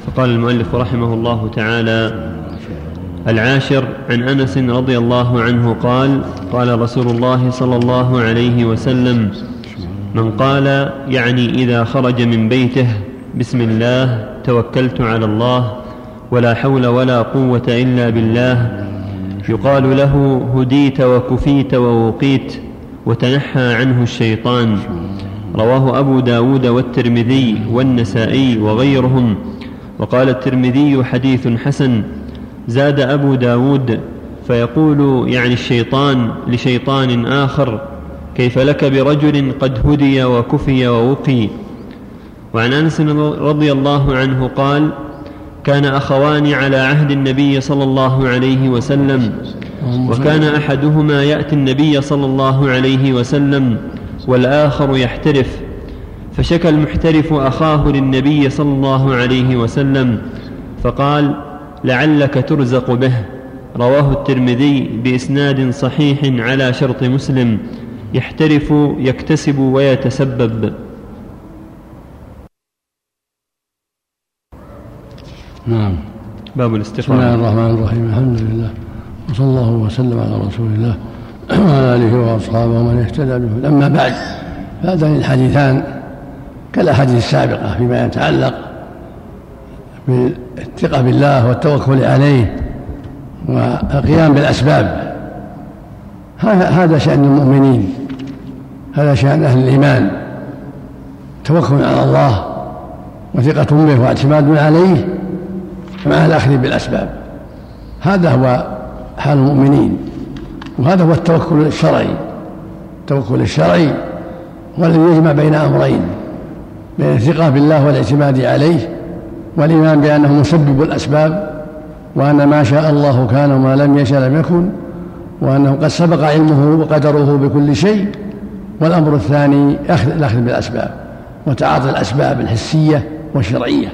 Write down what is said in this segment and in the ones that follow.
فقال المؤلف رحمه الله تعالى: العاشر عن أنس رضي الله عنه قال: قال رسول الله صلى الله عليه وسلم: من قال يعني إذا خرج من بيته بسم الله توكلت على الله ولا حول ولا قوة إلا بالله، يقال له هديت وكفيت ووقيت وتنحى عنه الشيطان. رواه أبو داود والترمذي والنسائي وغيرهم. وقال الترمذي: حديث حسن. زاد أبو داود: فيقول يعني الشيطان لشيطان آخر: كيف لك برجل قد هدي وكفي ووقي. وعن أنس رضي الله عنه قال: كان أخوان على عهد النبي صلى الله عليه وسلم، وكان أحدهما يأتي النبي صلى الله عليه وسلم والآخر يحترف، فشكى المحترف أخاه للنبي صلى الله عليه وسلم فقال: لعلك ترزق به. رواه الترمذي بإسناد صحيح على شرط مسلم: يحترف يكتسب ويتسبب. نعم. باب الاستخارة. بسم الله الرحمن الرحيم. الحمد لله وصلى الله وسلم على رسول الله وعلى آله وأصحابه ومن اهتدى به. أما بعد، فهذان الحديثان كالأحاديث السابقة فيما يتعلق بالثقة بالله والتوكل عليه والقيام بالأسباب. هذا شأن المؤمنين، هذا شأن أهل الإيمان، توكل على الله وثقة به واعتماد عليه مع الأخذ بالأسباب. هذا هو حال المؤمنين، وهذا هو التوكل الشرعي. التوكل الشرعي هو الذي يجمع بين أمرين: بين الثقة بالله والاعتماد عليه، والإيمان بأنه مسبب الأسباب، وأن ما شاء الله كان وما لم يشأ لم يكن، وأنه قد سبق علمه وقدره بكل شيء. والأمر الثاني الأخذ بالأسباب وتعاطي الأسباب الحسية والشرعية.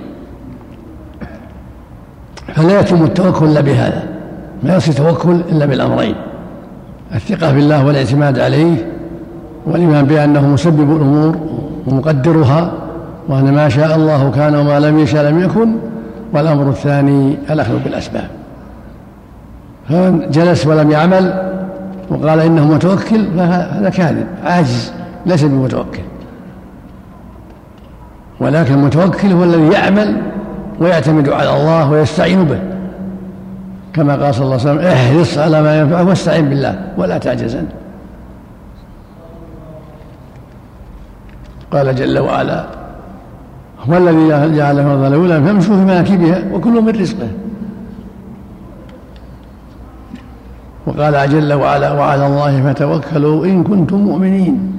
فلا يتم التوكل إلا بهذا، ما يصير توكل إلا بالأمرين: الثقة بالله والاعتماد عليه، والإيمان بأنه مسبب الأمور ومقدرها، وأن ما شاء الله كان وما لم يشأ لم يكن. والأمر الثاني الأخذ بالأسباب. فمن جلس ولم يعمل وقال إنه متوكل فهذا كاذب عاجز، ليس بمتوكل. ولكن المتوكل هو الذي يعمل ويعتمد على الله ويستعين به، كما قال صلى الله عليه وسلم: احرص على ما ينفعك واستعين بالله ولا تعجزن. قال جل وعلا: هو الذي جعل الأرض ذلولا فامشوا في مناكبها وكلوا من رزقه. وقال جل وعلا: وعلى الله فتوكلوا إن كنتم مؤمنين.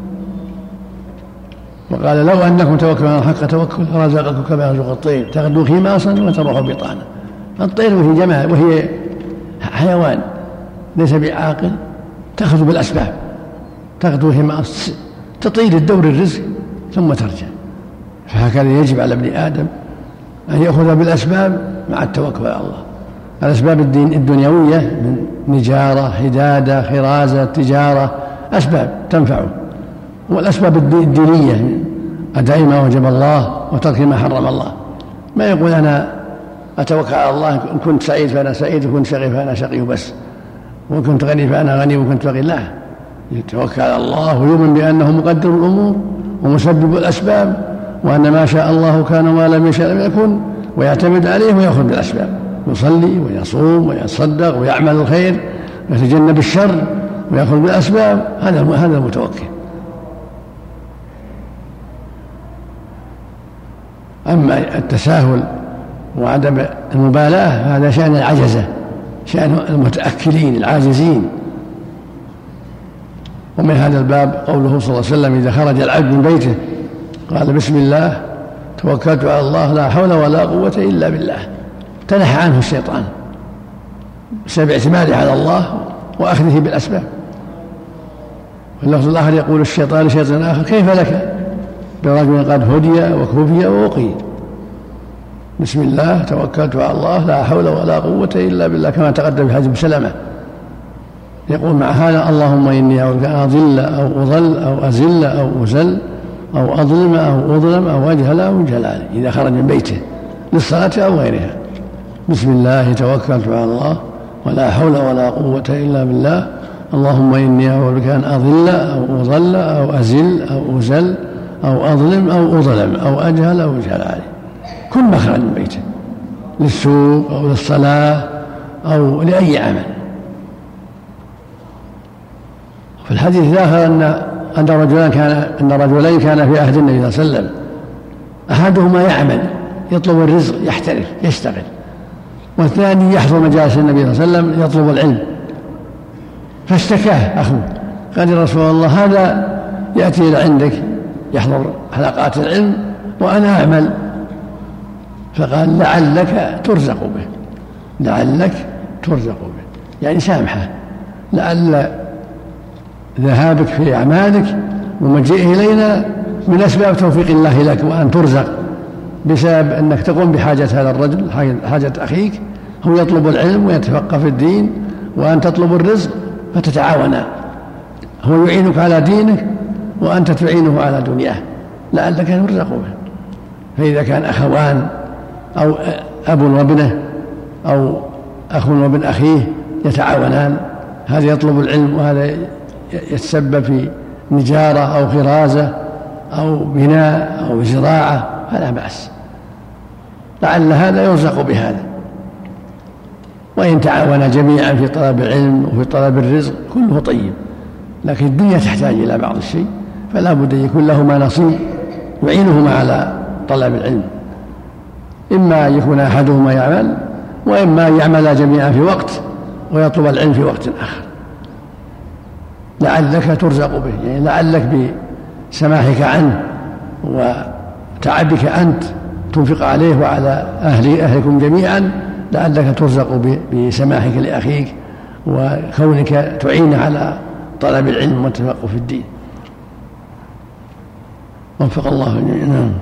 وقال: لو أنكم توكلون حق توكل رزقكم كما يرزق الطير تغدو خماصا وتروح بطانا. الطير وهي جماعة وهي حيوان ليس بعاقل، تأخذ بالأسباب، تغدو خماص، تطير الدور الرزق ثم ترجع. فهكذا يجب على ابن آدم أن يأخذ بالأسباب مع التوكل على الله. الأسباب الدنيوية من نجارة، حدادة، خرازة، تجارة، أسباب تنفعه. والأسباب الدينية: أداء ما وجب الله وترك ما حرم الله. ما يقول أنا أتوكل على الله، إن كنت سعيد فأنا سعيد، وكنت شقي فأنا شقي بس، وكنت غني فأنا غني، وكنت فقير. لا، يتوكل على الله ويؤمن بأنه مقدر الأمور ومسبب الأسباب، وأن ما شاء الله كان وما لم يشأ لم يكن، ويعتمد عليه ويأخذ بالأسباب، يصلي ويصوم ويتصدق ويعمل الخير ويتجنب الشر ويأخذ بالأسباب. هذا المتوكل. أما التساهل وعدم المبالاة هذا شأن العجزة، شأن المتأكلين العاجزين. ومن هذا الباب قوله صلى الله عليه وسلم: إذا خرج العبد من بيته قال: بسم الله توكلت على الله لا حول ولا قوة إلا بالله، تنحى عنه الشيطان بسبب اعتماده على الله وأخذه بالأسباب. واللفظ الآخر يقول الشيطان لشيطان آخر: كيف لك برجل قد هدي وكفي ووقي. بسم الله توكلت على الله لا حول ولا قوة إلا بالله، كما تقدم في حديث سلمة. يقول مع هذا: اللهم إني أعوذ أن أضل أو أضل أو أزل أو أزل أو أظلم أو أظلم أو أجهل أو جلال، إذا خرج من بيته للصلاة أو غيرها. بسم الله توكلت على الله ولا حول ولا قوة إلا بالله، اللهم إني أعوذ بك أن أضل أو أضل أو أزل أو أزل أو أظلم أو أظلم أو أجهل أو أجهل علي. كل مخرج من بيته، للسوق أو للصلاة أو لأي عمل. في الحديث الآخر أن رجلين كان في عهد النبي صلى الله عليه وسلم، أحدهما يعمل يطلب الرزق يحترف يشتغل، والثاني يحضر مجالس النبي صلى الله عليه وسلم يطلب العلم. فاشتكاه أخوه قال يا رسول الله هذا يأتي إلى عندك يحضر حلقات العلم وأنا أعمل. فقال لعلك ترزق به، لعلك ترزق به، يعني سامحه، لعل ذهابك في أعمالك ومجيئه إلينا من أسباب توفيق الله لك وأن ترزق، بسبب أنك تقوم بحاجة هذا الرجل، حاجة أخيك، هو يطلب العلم ويتفقه في الدين وأن تطلب الرزق فتتعاونا، هو يعينك على دينك وأنت تعينه على دنياه، لعلك ترزق به. فإذا كان أخوان أو أب وابنه أو أخ وابن أخيه يتعاونان، هذا يطلب العلم وهذا يتسبب في نجارة أو خرازة أو بناء أو زراعة، فلا بأس، لعل هذا يرزق بهذا. وإن تعاونا جميعا في طلب العلم وفي طلب الرزق كله طيب، لكن الدنيا تحتاج إلى بعض الشيء، فلا بد أن يكون لهما نصيب يعينهما على طلب العلم، إما يكون أحدهما يعمل وإما يعمل جميعا في وقت ويطلب العلم في وقت آخر. لعلك ترزق به، يعني لعلك بسماحك عنه وتعبك أنت تنفق عليه وعلى أهلكم جميعا، لعلك ترزق بسماحك لأخيك وكونك تعين على طلب العلم والتفقه في الدين. وفق الله جميعا.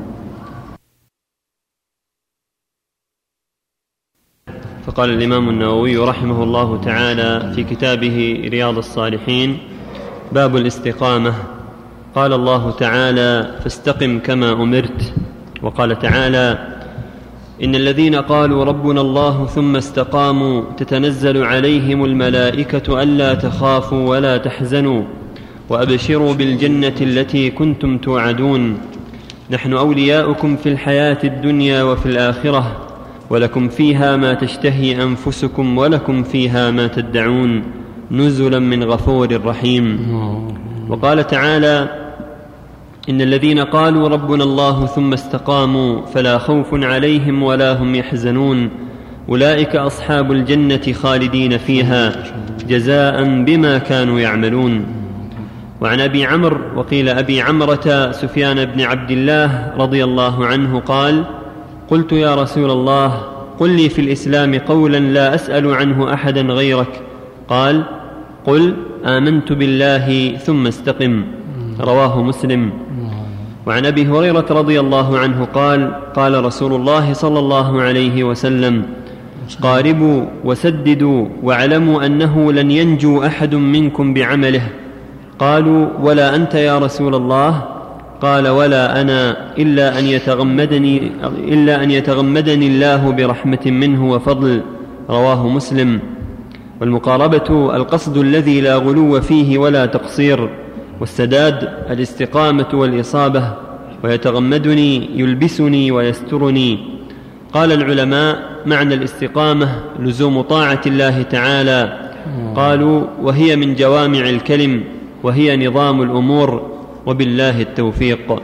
فقال الإمام النووي رحمه الله تعالى في كتابه رياض الصالحين: باب الاستقامة. قال الله تعالى: فاستقم كما أمرت. وقال تعالى: إن الذين قالوا ربنا الله ثم استقاموا تتنزل عليهم الملائكة ألا تخافوا ولا تحزنوا وأبشروا بالجنة التي كنتم توعدون، نحن أولياؤكم في الحياة الدنيا وفي الآخرة، ولكم فيها ما تشتهي أنفسكم ولكم فيها ما تدعون، نزلا من غفور رحيم. وقال تعالى: إن الذين قالوا ربنا الله ثم استقاموا فلا خوف عليهم ولا هم يحزنون، أولئك أصحاب الجنة خالدين فيها جزاء بما كانوا يعملون. وعن أبي عمرو وقيل أبي عمرة سفيان بن عبد الله رضي الله عنه قال: قلت يا رسول الله قل لي في الإسلام قولا لا أسأل عنه أحدا غيرك. قال: قل آمنت بالله ثم استقم. رواه مسلم. وعن أبي هريرة رضي الله عنه قال: قال رسول الله صلى الله عليه وسلم: قاربوا وسددوا واعلموا أنه لن ينجو أحد منكم بعمله. قالوا: ولا أنت يا رسول الله؟ قال: ولا أنا إلا أن يتغمدني الله برحمة منه وفضل. رواه مسلم. والمقاربة القصد الذي لا غلو فيه ولا تقصير، والسداد الاستقامة والإصابة، ويتغمدني يلبسني ويسترني. قال العلماء: معنى الاستقامة لزوم طاعة الله تعالى. قالوا: وهي من جوامع الكلم، وهي نظام الأمور، وبالله التوفيق.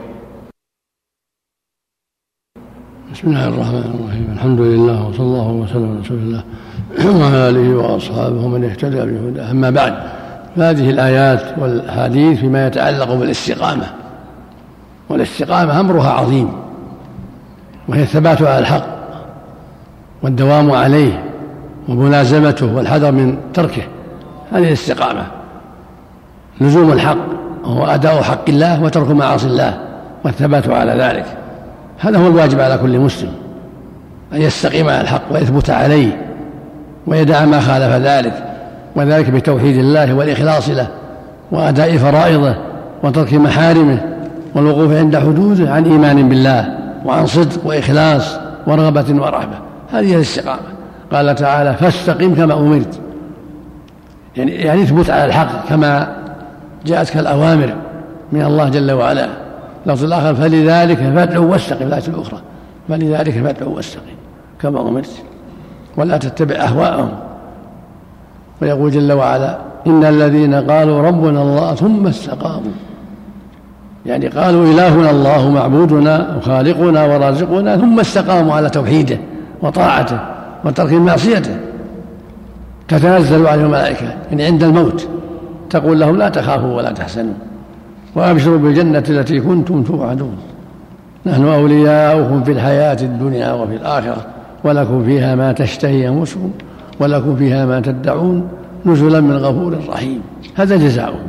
بسم الله الرحمن الرحيم. الحمد لله وصلى الله وسلم على رسول الله وعلى آله وأصحابه ومن اهتدى بهداه. أما بعد، فهذه الآيات والحديث فيما يتعلق بالاستقامة، والاستقامة أمرها عظيم، وهي الثبات على الحق والدوام عليه وملازمته والحذر من تركه. هذه الاستقامة، لزوم الحق وهو أداء حق الله وترك معاصي الله والثبات على ذلك. هذا هو الواجب على كل مسلم، أن يستقيم على الحق ويثبت عليه ويدع ما خالف ذلك، وذلك بتوحيد الله والإخلاص له وأداء فرائضه وترك محارمه والوقوف عند حدوده، عن إيمان بالله وعن صدق وإخلاص ورغبة ورهبة. هذه هي الاستقامة. قال تعالى فاستقم كما أمرت، يعني اثبت على الحق كما جاءتك الأوامر من الله جل وعلا. لفظ الآخر فلذلك فادعوا واستقم، الآية الأخرى فلذلك فادعوا واستقم كما أمرت ولا تتبع أهواءهم. ويقول جل وعلا إن الذين قالوا ربنا الله ثم استقاموا، يعني قالوا إلهنا الله معبودنا وخالقنا ورازقنا، ثم استقاموا على توحيده وطاعته وترك معصيته، تتنزل عليهم الملائكة إن عند الموت تقول لهم لا تخافوا ولا تحزنوا وأبشروا بالجنة التي كنتم توعدون، نحن أولياؤكم في الحياة الدنيا وفي الآخرة ولكم فيها ما تشتهي أنفسكم ولكم فيها ما تدعون نزلا من غفور رحيم. هذا جزاؤهم،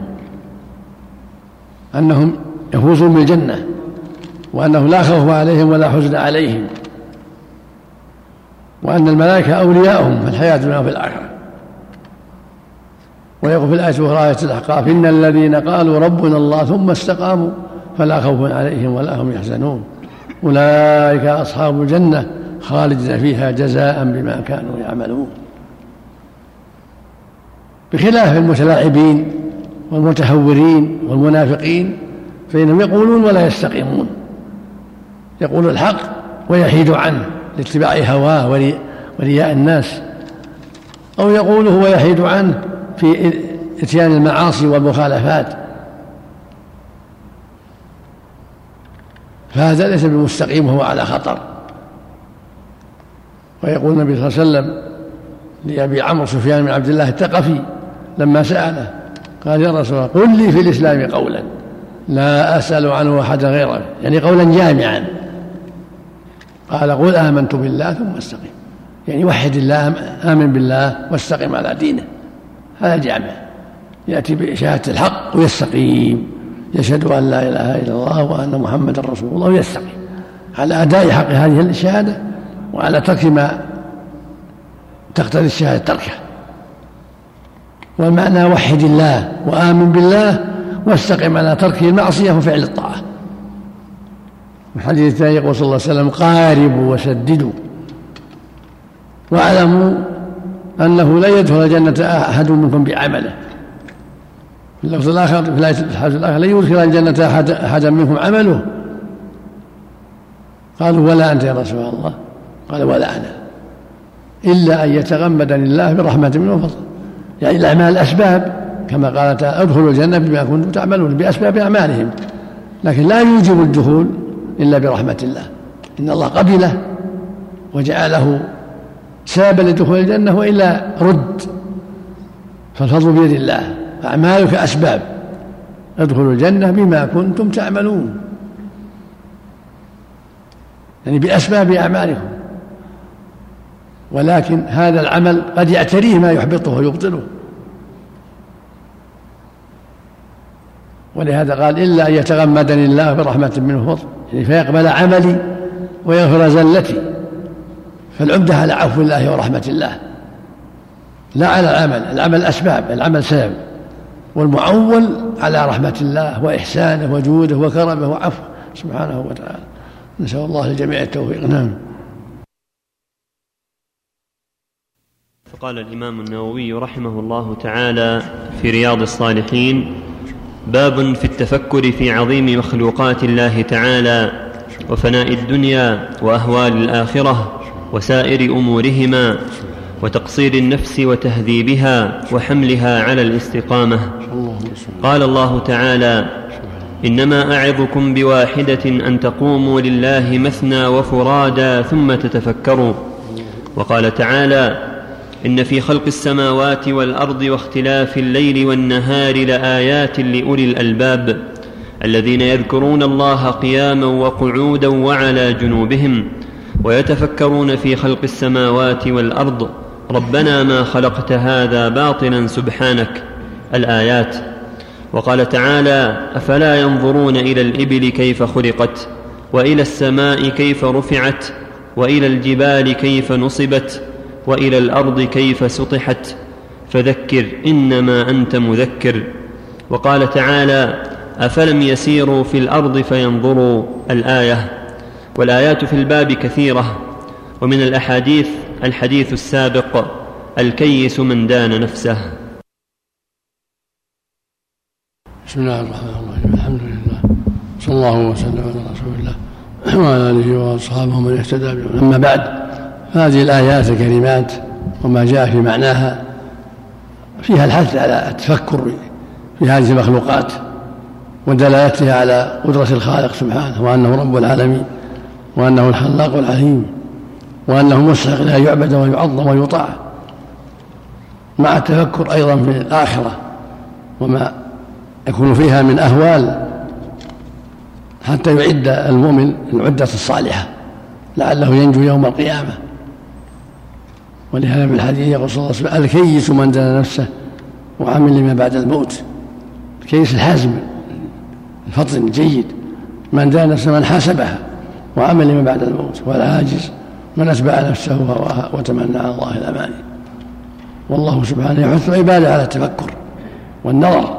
أنهم يفوزون بالجنة وأنه لا خوف عليهم ولا حزن عليهم، وأن الملائكة أولياؤهم في الحياة الدنيا وفي الآخرة. ويقول في الآية الأخرى آية الأحقاف إن الذين قالوا ربنا الله ثم استقاموا فلا خوف عليهم ولا هم يحزنون أولئك أصحاب الجنة خالدين فيها جزاء بما كانوا يعملون. بخلاف المتلاعبين والمتهورين والمنافقين فإنهم يقولون ولا يستقيمون، يقول الحق ويحيد عنه لاتباع هواه ورياء الناس، أو يقوله ويحيد عنه في اتيان المعاصي والمخالفات، فهذا ليس بمستقيم وهو على خطر. ويقول النبي صلى الله عليه وسلم لأبي عمرو سفيان بن عبد الله الثقفي لما سأله قال يا رسول الله قل لي في الإسلام قولا لا أسأل عنه أحدا غيره، يعني قولا جامعا. قال قل آمنت بالله ثم استقم، يعني وحد الله، آمن بالله واستقم على دينه. هذا جامع، يأتي بشهادة الحق ويستقيم، يشهد أن لا إله إلا الله وأن محمد رسول الله ويستقيم على أداء حق هذه الشهادة وعلى ترك ما تقتضي الشهادة تركه. والمعنى وحد الله وآمن بالله واستقم على ترك المعصية وفعل الطاعة. الحديث الثاني يقول صلى الله عليه وسلم قاربوا وسددوا واعلموا أنه لا يدخل الجنة أحد منكم بعمله. في اللفظ الآخر في الحديث الآخر لا يدخل الجنة أحدا منكم عمله. قالوا ولا أنت يا رسول الله؟ قال ولا أنا، إلا أن يتغمدني الله برحمة منه وفضل. يعني الأعمال الأسباب كما قال تعالى ادخلوا الجنة بما كنتم تعملون، بأسباب أعمالهم، لكن لا يوجب الدخول إلا برحمة الله. إن الله قبله وجعله سببا لدخول الجنة وإلا رد، فالفضل بيد الله، أعمالك أسباب، ادخلوا الجنة بما كنتم تعملون، يعني بأسباب أعمالكم. ولكن هذا العمل قد يعتريه ما يحبطه ويبطله، ولهذا قال إلا أن يتغمدني الله برحمة منه وفضل، يعني فيقبل عملي ويغفر زلتي. فالعمدة على عفو الله ورحمة الله لا على العمل. العمل أسباب، العمل سبب، والمعول على رحمة الله وإحسانه وجوده وكرمه وعفوه سبحانه وتعالى. نسأل الله للجميع التوفيق. نعم. فقال الإمام النووي رحمه الله تعالى في رياض الصالحين باب في التفكر في عظيم مخلوقات الله تعالى وفناء الدنيا وأهوال الآخرة وسائر أمورهما وتقصير النفس وتهذيبها وحملها على الاستقامة. قال الله تعالى إنما أعظكم بواحدة أن تقوموا لله مثنى وفرادا ثم تتفكروا. وقال تعالى إن في خلق السماوات والأرض واختلاف الليل والنهار لآيات لأولي الألباب الذين يذكرون الله قياما وقعودا وعلى جنوبهم ويتفكرون في خلق السماوات والأرض ربنا ما خلقت هذا باطلا سبحانك. الآيات. وقال تعالى أفلا ينظرون إلى الإبل كيف خلقت وإلى السماء كيف رفعت وإلى الجبال كيف نصبت وإلى الأرض كيف سطحت فذكر إنما أنت مذكر. وقال تعالى أفلم يسيروا في الأرض فينظروا. الآية. والآيات في الباب كثيرة ومن الأحاديث الحديث السابق: الكيس من دان نفسه. بسم الله الرحمن الرحيم. الحمد لله، صلى الله وسلم على رسول الله وعلى آله وأصحابه من اهتدى بهم. أما بعد، هذه الآيات الكريمات وما جاء في معناها فيها الحث على التفكر في هذه المخلوقات ودلالتها على قدرة الخالق سبحانه، وأنه رب العالمين، وأنه الخلاق العليم، وأنه مستحق لا يعبد ويعظم ويطاع، مع التفكر أيضا في الآخرة وما يكون فيها من أهوال، حتى يعد المؤمن العدة الصالحة لعله ينجو يوم القيامة. ولهذا في الحديث يقول صلى الله عليه وسلم: الكيس من دان نفسه وعمل لما بعد الموت. الكيس الحازم الفطن الجيد، من دان نفسه من حاسبها وعمل لما بعد الموت، والعاجز من أتبع نفسه هواها وتمنى على الله الأماني. والله سبحانه يحث عباده على التفكر والنظر،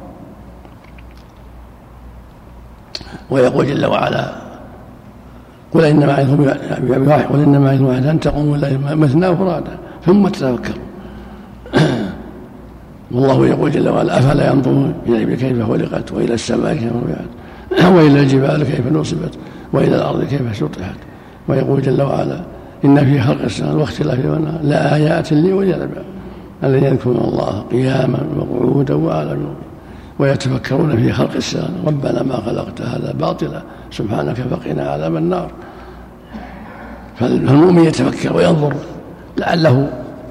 ويقول جل وعلا: قل إنما أعظكم واحد أن تقوموا الليل مثنى وفرادا ثم تتفكروا. والله يقول جل وعلا: أفلا ينظرون إلى الإبل كيف خلقت، وإلى السماء كيف رفعت، وإلى الجبال كيف نصبت، وإلى الأرض كيف سطحت. ويقول جل وعلا: إن في خلق السماوات واختلاف الليل والنهار لآيات لأولي الألباب الذين يذكرون الله قياما وقعودا وعلى جنوبهم ويتفكرون في خلق السماوات ربنا ما خلقت هذا باطلا سبحانك فقنا عذاب النار. فالمؤمن يتفكر وينظر لعله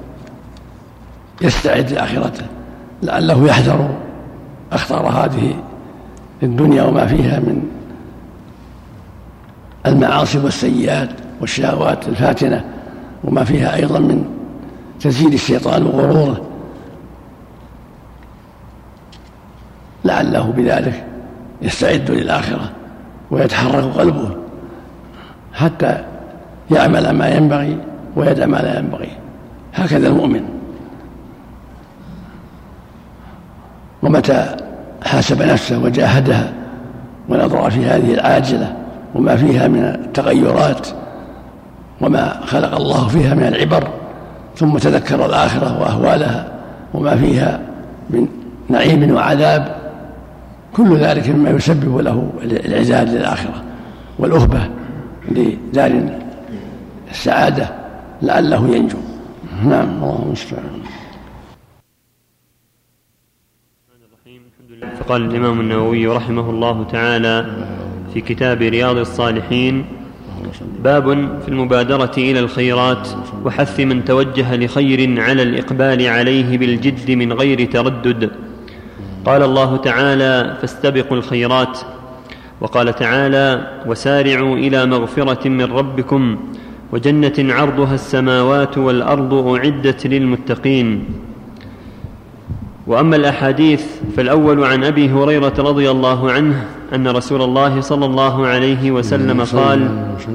يستعد لآخرته، لعله يحذر أخطار هذه الدنيا وما فيها من المعاصي والسيئات والشهوات الفاتنة، وما فيها أيضا من تزييد الشيطان وغروره، لعله بذلك يستعد للآخرة ويتحرك قلبه حتى يعمل ما ينبغي ويدع ما لا ينبغي. هكذا المؤمن. ومتى حاسب نفسه وجاهدها ونظر في هذه العاجلة وما فيها من التغيرات وما خلق الله فيها من العبر، ثم تذكر الآخرة وأهوالها وما فيها من نعيم وعذاب، كل ذلك مما يسبب له الإعداد للآخرة والأهبة لدار السعادة لعله ينجو. نعم، الله المستعان. فقال الإمام النووي رحمه الله تعالى في كتاب رياض الصالحين: باب في المبادرة إلى الخيرات وحث من توجه لخير على الإقبال عليه بالجد من غير تردد. قال الله تعالى: فاستبقوا الخيرات. وقال تعالى: وسارعوا إلى مغفرة من ربكم وجنة عرضها السماوات والأرض أعدت للمتقين. وأما الأحاديث فالأول عن أبي هريرة رضي الله عنه أن رسول الله صلى الله عليه وسلم قال: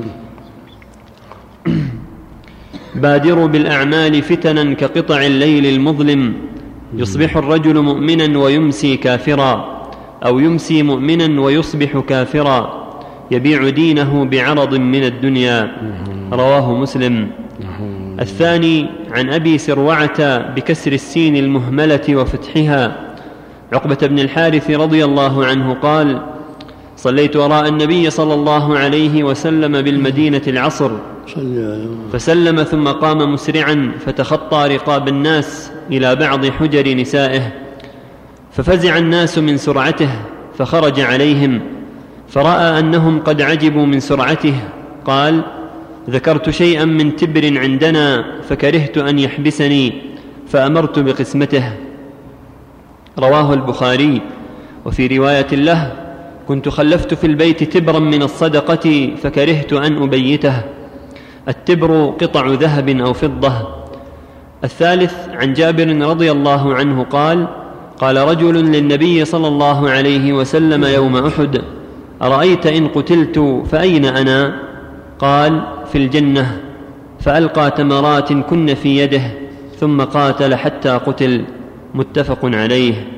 بادروا بالأعمال فتنا كقطع الليل المظلم، يصبح الرجل مؤمنا ويمسي كافرا، أو يمسي مؤمنا ويصبح كافرا، يبيع دينه بعرض من الدنيا. رواه مسلم. الثاني عن أبي سروعة بكسر السين المهملة وفتحها عقبة بن الحارث رضي الله عنه قال: صليت وراء النبي صلى الله عليه وسلم بالمدينة العصر، فسلم ثم قام مسرعا فتخطى رقاب الناس إلى بعض حجر نسائه، ففزع الناس من سرعته فخرج عليهم، فرأى أنهم قد عجبوا من سرعته، قال: ذكرت شيئا من تبر عندنا فكرهت أن يحبسني فأمرت بقسمته. رواه البخاري. وفي رواية له: كنت خلفت في البيت تبرا من الصدقة فكرهت أن أبيته. التبر قطع ذهب أو فضة. الثالث عن جابر رضي الله عنه قال: قال رجل للنبي صلى الله عليه وسلم يوم أحد: أرأيت إن قتلت فأين أنا؟ قال: في الجنة. فألقى تمرات كن في يده ثم قاتل حتى قتل. متفق عليه.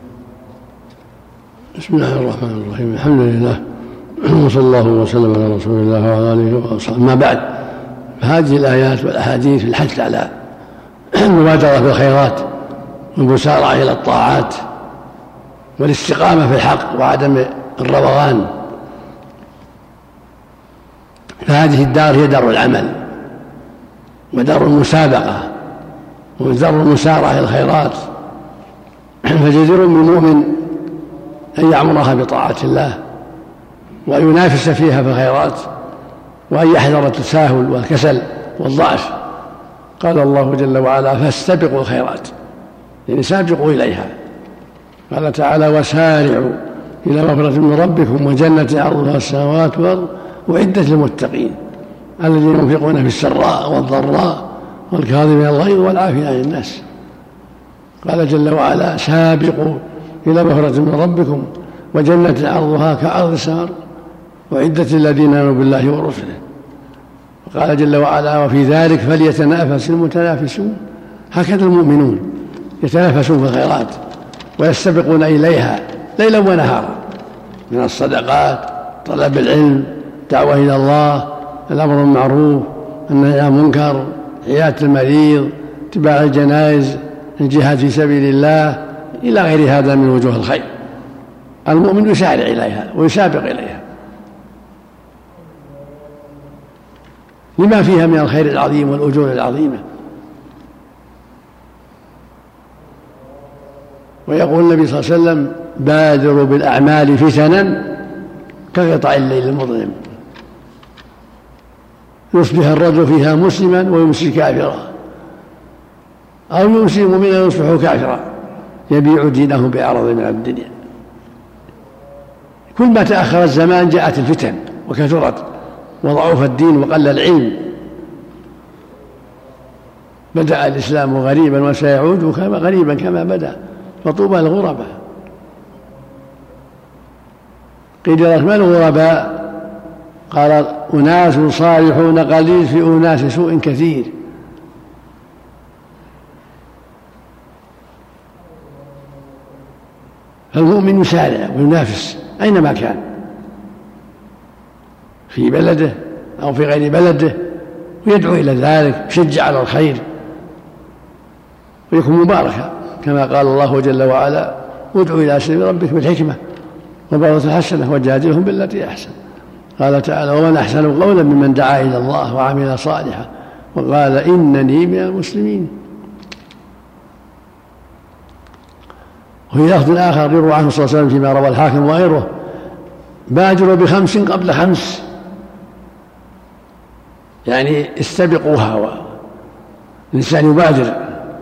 بسم الله الرحمن الرحيم. الحمد لله وصلى الله وسلم على رسول الله وعلى آله وصحبه. ما بعد، هذه الآيات والأحاديث الحث على المبادرة بالخيرات والمسارعة إلى الطاعات والاستقامة في الحق وعدم الروغان. فهذه الدار هي دار العمل ودار المسابقة ودار المسارعة إلى الخيرات، فجدير بالمؤمن أن يعمرها بطاعة الله وأن ينافس فيها في الخيرات وأن يحذر التساهل والكسل والضعف. قال الله جل وعلا: فاستبقوا الخيرات، يعني سابقوا إليها. قال تعالى: وسارعوا إلى مغفرة من ربكم وجنة عرضها السماوات والأرض أعدت للمتقين الذين ينفقون في السراء والضراء والكاظمين الغيظ والعافين عن الناس. قال جل وعلا: سابقوا إلى مغفرة من ربكم وجنة عرضها كعرض السماء أعدت للذين آمنوا بالله ورسله. وقال جل وعلا: وفي ذلك فليتنافس المتنافسون. هكذا المؤمنون يتنافسون في الخيرات ويستبقون إليها ليلا ونهارا، من الصدقات، طلب العلم، دعوة إلى الله، الأمر بالمعروف، النهي عن المنكر، عيادة المريض، اتباع الجنائز، الجهاد في سبيل الله، إلى غير هذا من وجوه الخير. المؤمن يسارع إليها ويسابق إليها لما فيها من الخير العظيم والأجور العظيمة. ويقول النبي صلى الله عليه وسلم: بادروا بالأعمال فتنا كقطع الليل المظلم، يصبح الرجل فيها مسلما ويمسي كافرا، أو يمسي مؤمنا ويصبح كافرا، يبيع دينه بعرض من الدنيا. كل ما تأخر الزمان جاءت الفتن وكثرت وضعف الدين وقل العلم. بدأ الإسلام غريبا وسيعود غريبا كما بدأ، فطوبى للغرباء. قيل لك: من الغرباء؟ قال: أناس صالحون قليل في أناس سوء كثير. فالمؤمن يسارع وينافس أينما كان، في بلده أو في غير بلده، ويدعو إلى ذلك، يشجع على الخير ويكون مباركا، كما قال الله جل وعلا: ادع إلى سبيل ربك بالحكمة والموعظة الحسنة وجادلهم بالتي أحسن. قال تعالى: ومن أحسن قولا ممن دعا إلى الله وعمل صالحا وقال إنني من المسلمين. وفي لفظ آخر يروى عنه صلى الله عليه وسلم فيما روى الحاكم وغيره: بادروا ب5 قبل 5، يعني استبقوها. الإنسان يبادر،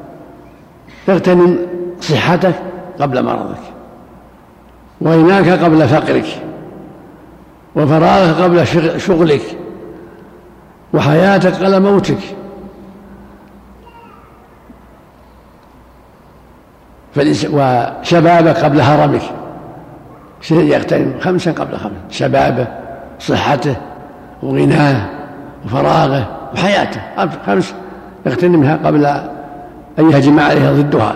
يغتنم صحتك قبل مرضك، وغناك قبل فقرك، وفراغك قبل شغلك، وحياتك قبل موتك. وشبابك قبل هرمك، يغتنم 5 قبل 5: شبابه، صحته، وغناه، وفراغه، وحياته. 5 يغتنمها قبل أن يهجم عليها ضدها.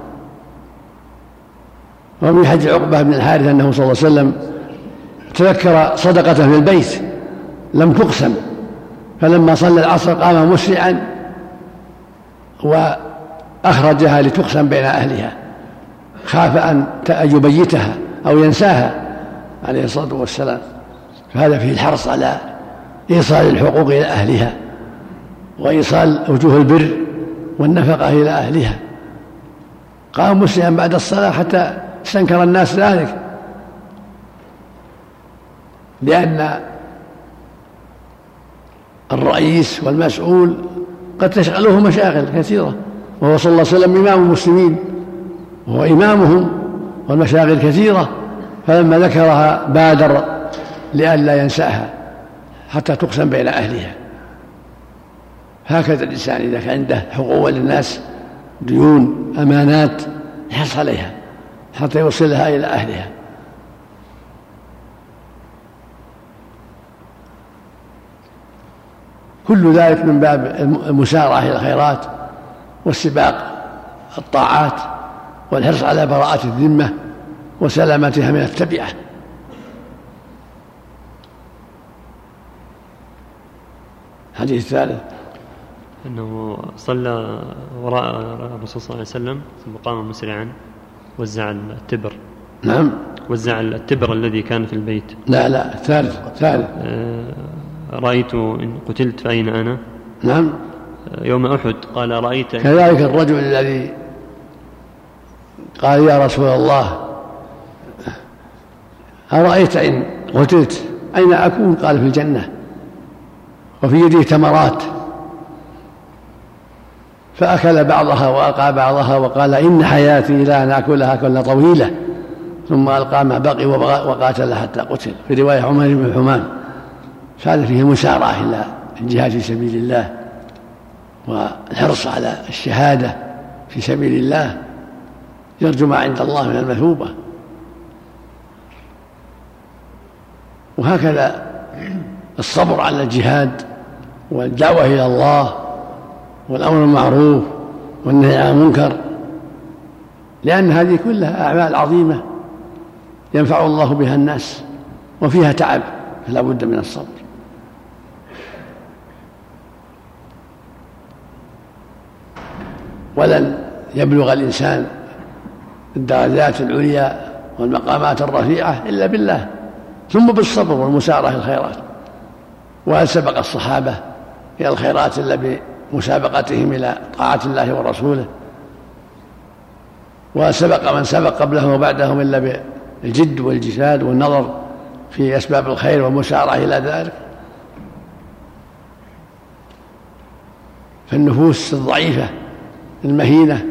ومن حديث عقبة بن الحارث أنه صلى الله عليه وسلم تذكر صدقته في البيت لم تقسم، فلما صلى العصر قام مسرعا وأخرجها لتقسم بين أهلها، خاف أن يبيتها أو ينساها عليه الصلاة والسلام. فهذا فيه الحرص على إيصال الحقوق إلى أهلها وإيصال وجوه البر والنفقة إلى أهلها. قام مسرعا بعد الصلاة حتى استنكر الناس ذلك، لأن الرئيس والمسؤول قد تشغله مشاغل كثيرة، وهو صلى الله عليه وسلم إمام المسلمين وهو إمامهم، والمشاغل كثيرة، فلما ذكرها بادر لئلا ينساها حتى تقسم بين أهلها. هكذا الإنسان إذا كان عنده حقوق للناس، ديون، أمانات، يحرص عليها حتى يوصلها إلى أهلها. كل ذلك من باب المسارعة إلى الخيرات والسباق الطاعات والحرص على براءة الذمة وسلامتها من التبعة. الحديث الثالث: أنه صلى وراء الرسول صلى الله عليه وسلم ثم قام مسرعا وزع التبر. نعم، وزع التبر الذي كان في البيت. لا ثالث. رأيت إن قتلت فأين أنا. نعم، يوم أحد قال رأيت. كذلك الرجل الذي قال يا رسول الله أرأيت إن قتلت أين أكون؟ قال في الجنة وفي يده تمرات، فأكل بعضها وألقى بعضها وقال إن حياتي لا نأكلها كلها طويلة، ثم ألقى ما بقي وقاتل حتى قتل. في رواية عمر بن حمام. فهذا فيه المسارعة إلى الجهاد في سبيل الله والحرص على الشهادة في سبيل الله، يرجو ما عند الله من المثوبة. وهكذا الصبر على الجهاد والدعوة إلى الله والأمر بالمعروف والنهي عن المنكر، لأن هذه كلها أعمال عظيمة ينفع الله بها الناس وفيها تعب، فلا بد من الصبر. ولن يبلغ الإنسان الدرجات العليا والمقامات الرفيعة إلا بالله، ثم بالصبر والمسارعة إلى الخيرات. وهل سبق الصحابة إلى الخيرات إلا بمسابقتهم إلى طاعة الله ورسوله؟ وهل سبق من سبق قبلهم وبعدهم إلا بالجد والجهاد والنظر في أسباب الخير والمسارعة إلى ذلك؟ فالنفوس الضعيفة المهينة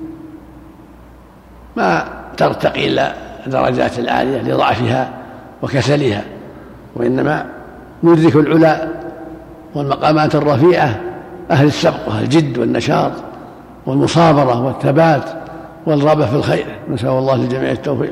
ما ترتقي إلى درجات العالية لضعفها وكسلها، وإنما ندرك العلا والمقامات الرفيعة أهل السبق والجد والنشاط والمصابرة والثبات والرغبة في الخير. نسأل الله للجميع التوفيق.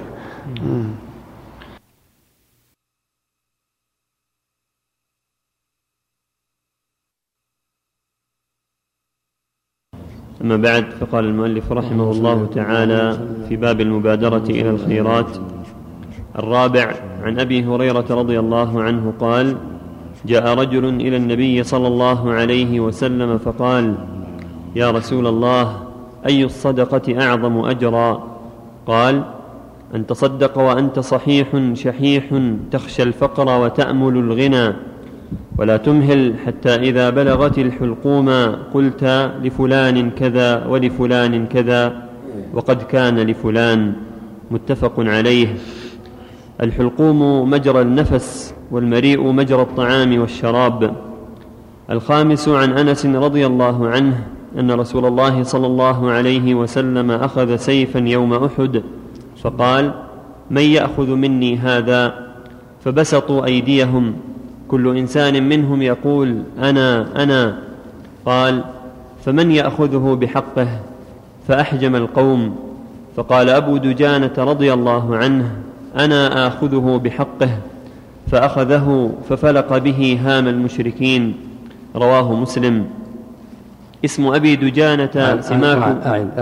أما بعد، فقال المؤلف رحمه الله تعالى في باب المبادرة إلى الخيرات. الرابع، عن أبي هريرة رضي الله عنه قال: جاء رجل إلى النبي صلى الله عليه وسلم فقال: يا رسول الله، أي الصدقة أعظم أجرا؟ قال: أن تصدق وأنت صحيح شحيح تخشى الفقر وتأمل الغنى، ولا تمهل حتى إذا بلغت الحلقوم قلت لفلان كذا ولفلان كذا وقد كان لفلان. متفق عليه. الحلقوم مجرى النفس، والمريء مجرى الطعام والشراب. الخامس، عن أنس رضي الله عنه أن رسول الله صلى الله عليه وسلم أخذ سيفا يوم أحد فقال: من يأخذ مني هذا؟ فبسطوا أيديهم، كل إنسان منهم يقول: أنا. قال: فمن يأخذه بحقه؟ فأحجم القوم. فقال أبو دجانة رضي الله عنه: أنا آخذه بحقه. فأخذه ففلق به هام المشركين. رواه مسلم. اسم أبي دجانة سماك.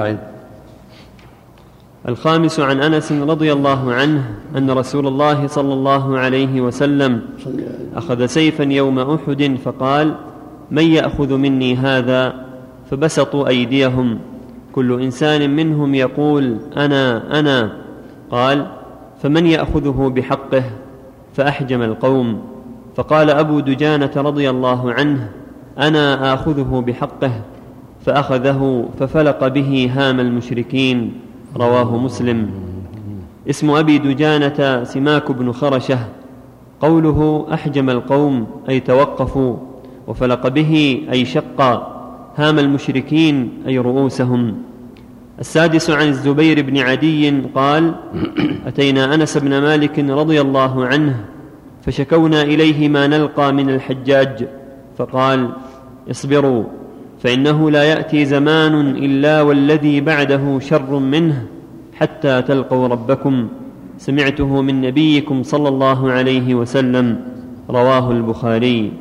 الخامس، عن أنس رضي الله عنه أن رسول الله صلى الله عليه وسلم أخذ سيفا يوم أحد فقال: من يأخذ مني هذا؟ فبسطوا أيديهم، كل إنسان منهم يقول: أنا. قال: فمن يأخذه بحقه؟ فأحجم القوم. فقال أبو دجانة رضي الله عنه: أنا آخذه بحقه. فأخذه ففلق به هام المشركين. رواه مسلم. اسم أبي دجانة سماك بن خرشة. قوله أحجم القوم أي توقفوا، وفلق به أي شق هام المشركين أي رؤوسهم. السادس، عن الزبير بن عدي قال: أتينا أنس بن مالك رضي الله عنه فشكونا إليه ما نلقى من الحجاج، فقال: اصبروا، فإنه لا يأتي زمان إلا والذي بعده شر منه حتى تلقوا ربكم، سمعته من نبيكم صلى الله عليه وسلم. رواه البخاري.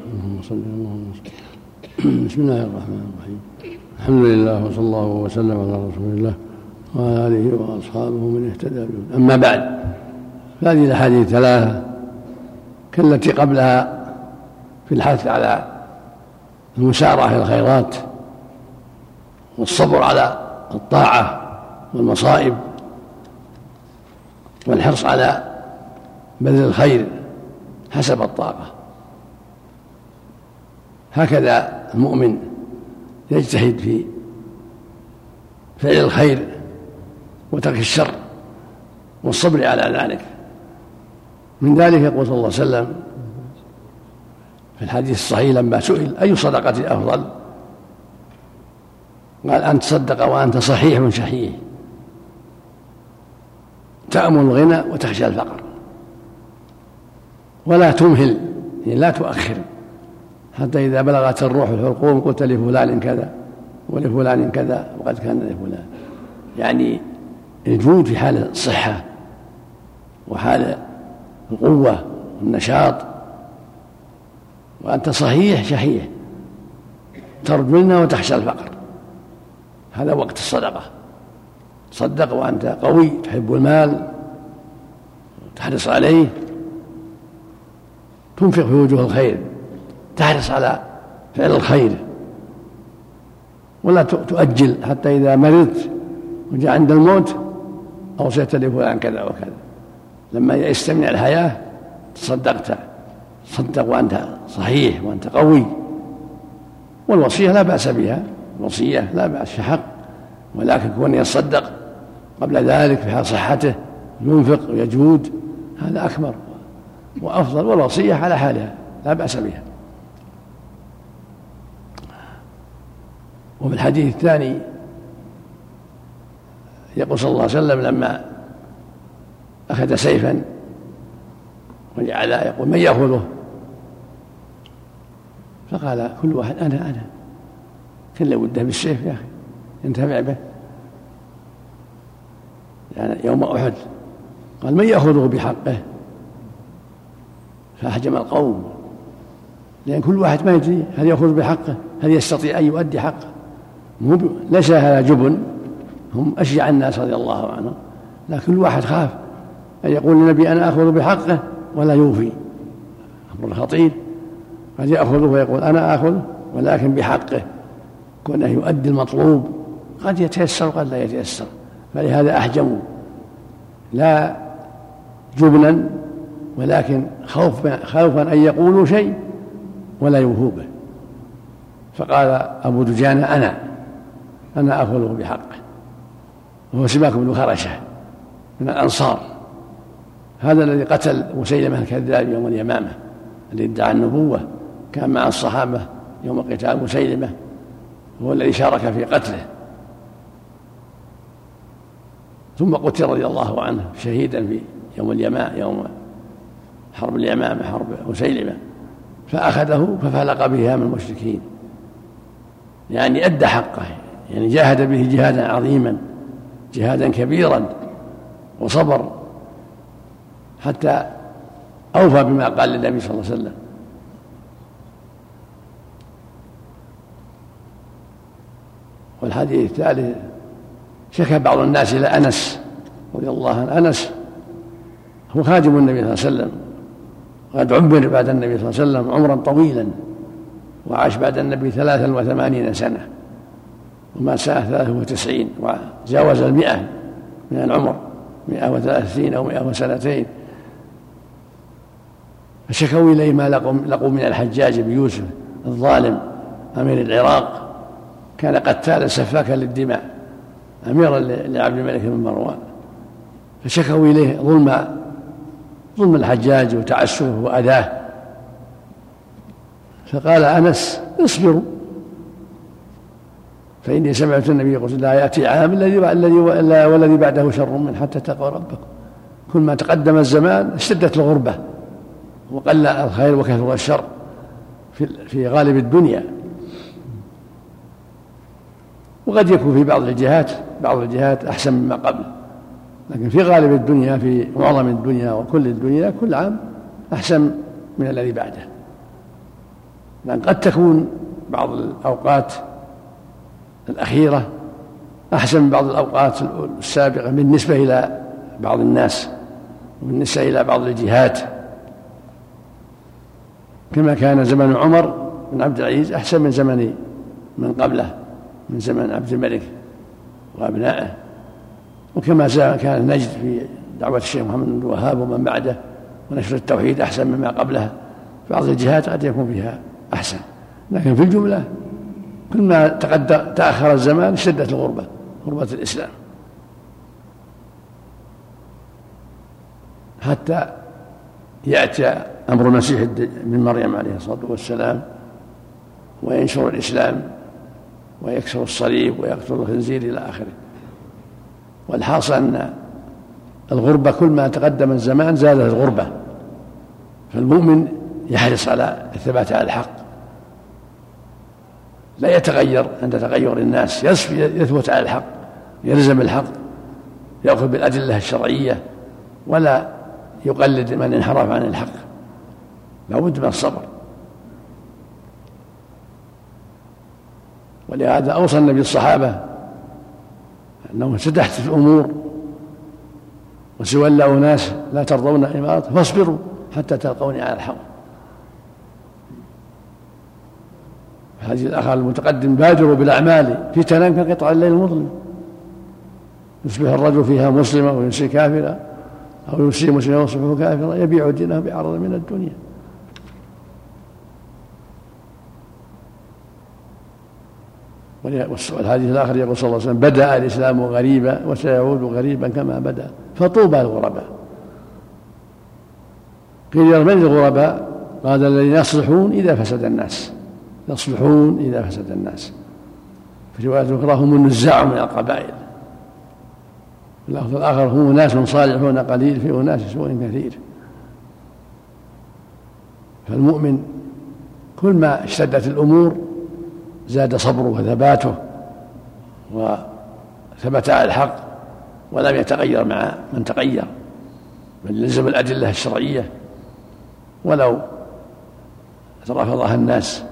بسم الله الرحمن الرحيم. الحمد لله وصلى الله وسلم على رسول الله وعلى آله وأصحابه من اهتدى به. أما بعد، هذه الأحاديث ثلاثة كالتي قبلها في الحث على المسارعة في الخيرات والصبر على الطاعة والمصائب والحرص على بذل الخير حسب الطاقة. هكذا المؤمن يجتهد في فعل الخير وترك الشر والصبر على ذلك. من ذلك يقول صلى الله عليه وسلم في الحديث الصحيح لما سئل أي صدقة أفضل قال أن تصدق وأنت صحيح شحيح تأمل الغنى وتخشى الفقر ولا تمهل، يعني لا تؤخر حتى إذا بلغت الروح الحلقوم قلت لفلان كذا ولفلان كذا وقد كان لفلان. يعني الجود في حال الصحة وحال القوة والنشاط وأنت صحيح شحيح ترجو الغنى وتخشى الفقر، هذا وقت الصدقة. تصدق وأنت قوي تحب المال تحرص عليه، تنفق في وجوه الخير، تحرص على فعل الخير ولا تؤجل حتى إذا مرضت وجاء عند الموت أوصيت لفلان كذا وكذا. لما يئست من الحياة تصدقت، تصدق وأنت صحيح وأنت قوي. والوصية لا بأس بها، الوصية لا بأس في حق، ولكن كون يصدق قبل ذلك في حال صحته ينفق ويجود هذا أكبر وأفضل، والوصية على حالها لا بأس بها. وفي الحديث الثاني يقول صلى الله عليه وسلم لما أخذ سيفا وجعل يقول من يأخذه؟ فقال كل واحد أنا كان لو وده بالسيف يا أخي ينتفع به. يعني يوم أحد قال من يأخذه بحقه؟ فأحجم القوم، لأن كل واحد ما يدري هل يأخذ بحقه، هل يستطيع أن يؤدي حقه. ليس هذا جبن، هم أشجع الناس رضي الله عنهم، لكن كل واحد خاف أن يقول للنبي أنا أخذ بحقه ولا يوفي. أمر خطير، قد يأخذه ويقول أنا أخذه ولكن بحقه، كونه يؤدي المطلوب قد يتيسر وقد لا يتيسر. فلهذا أحجموا لا جبنا ولكن خوفا أن يقولوا شيء ولا يوفوا به. فقال أبو دجانة أنا أخذه بحقه، وهو سماك بن خرشة من الأنصار، هذا الذي قتل مسيلمة الكذاب يوم اليمامة الذي ادعى النبوة، كان مع الصحابة يوم قتال مسيلمة، هو الذي شارك في قتله، ثم قتل رضي الله عنه شهيدا في يوم حرب اليمامة، حرب مسيلمة، فأخذه ففلق به من المشركين. يعني أدى حقه، يعني جاهد به جهادا عظيما جهادا كبيرا وصبر حتى أوفى بما قال للنبي صلى الله عليه وسلم. والحديث الثالث شكى بعض الناس إلى أنس رضي الله عنه. أنس هو خادم النبي صلى الله عليه وسلم، وقد عمر بعد النبي صلى الله عليه وسلم عمرا طويلا، وعاش بعد النبي 83 سنة ومات سنة 93 وجاوز 100 من العمر، 130 أو 102. فشكوا إليه ما لقوا من الحجاج بن يوسف الظالم أمير العراق، كان قتالا سفاكا للدماء أميرا لعبد الملك بن مروان، فشكوا إليه ظلم الحجاج وتعسفه وأذاه. فقال أنس اصبروا فإني سمعت النبي يقول لا يأتي عام والذي بعده شر من حتى تقوى ربكم. كل ما تقدم الزمان اشتدت الغربة وقل الخير وكثر الشر في غالب الدنيا. وقد يكون في بعض الجهات أحسن مما قبل، لكن في غالب الدنيا، في معظم الدنيا وكل الدنيا كل عام أحسن من الذي بعده. لأن قد تكون بعض الأوقات الأخيرة أحسن من بعض الأوقات السابقة بالنسبة إلى بعض الناس وبالنسبة إلى بعض الجهات، كما كان زمن عمر بن عبد العزيز أحسن من زمن من قبله من زمن عبد الملك وأبنائه، وكما كان نجد في دعوة الشيخ محمد بن الوهاب ومن بعده ونشر التوحيد أحسن مما قبلها. بعض الجهات قد يكون فيها أحسن، لكن في الجملة كل ما تأخر الزمان اشتدت الغربة، غربة الإسلام، حتى يأتي أمر المسيح ابن مريم عليه الصلاة والسلام وينشر الإسلام ويكسر الصليب ويقتل الخنزير إلى آخره. والحاصل أن الغربة كل ما تقدم الزمان زادت الغربة، فالمؤمن يحرص على الثبات على الحق، لا يتغير عند تغير الناس، يثبت على الحق، يلزم الحق، يأخذ بالأدلة الشرعية ولا يقلد من انحرف عن الحق، لا بد من الصبر. ولهذا أوصى النبي الصحابة أنه ستحدث الأمور وسيولى أناس لا ترضون إمارته فاصبروا حتى تلقوني على الحق. هذه الأخوة المتقدم بادروا بالأعمال فتنا كقطع الليل المظلم، يصبح الرجل فيها مسلما ويمسي كافرا، أو يمسي مسلما ويصبح كافرا، يبيع دينه بعرض من الدنيا. والحديث الآخر يقول صلى الله عليه وسلم: بدأ الإسلام غريبا وسيعود غريبا كما بدأ فطوبى الغرباء. قيل: من الغرباء؟ قال: الذين يصلحون إذا فسد الناس، يصلحون إذا فسد الناس. في رواية أخرى: هم النزاع من القبائل. في اللفظ الآخر: هم ناس صالحون قليل في أناس سوء كثير. فالمؤمن كل ما اشتدت الأمور زاد صبره وثباته وثبت على الحق ولم يتغير مع من تغير، بل لزم الأدلة الشرعية ولو رفضها الناس،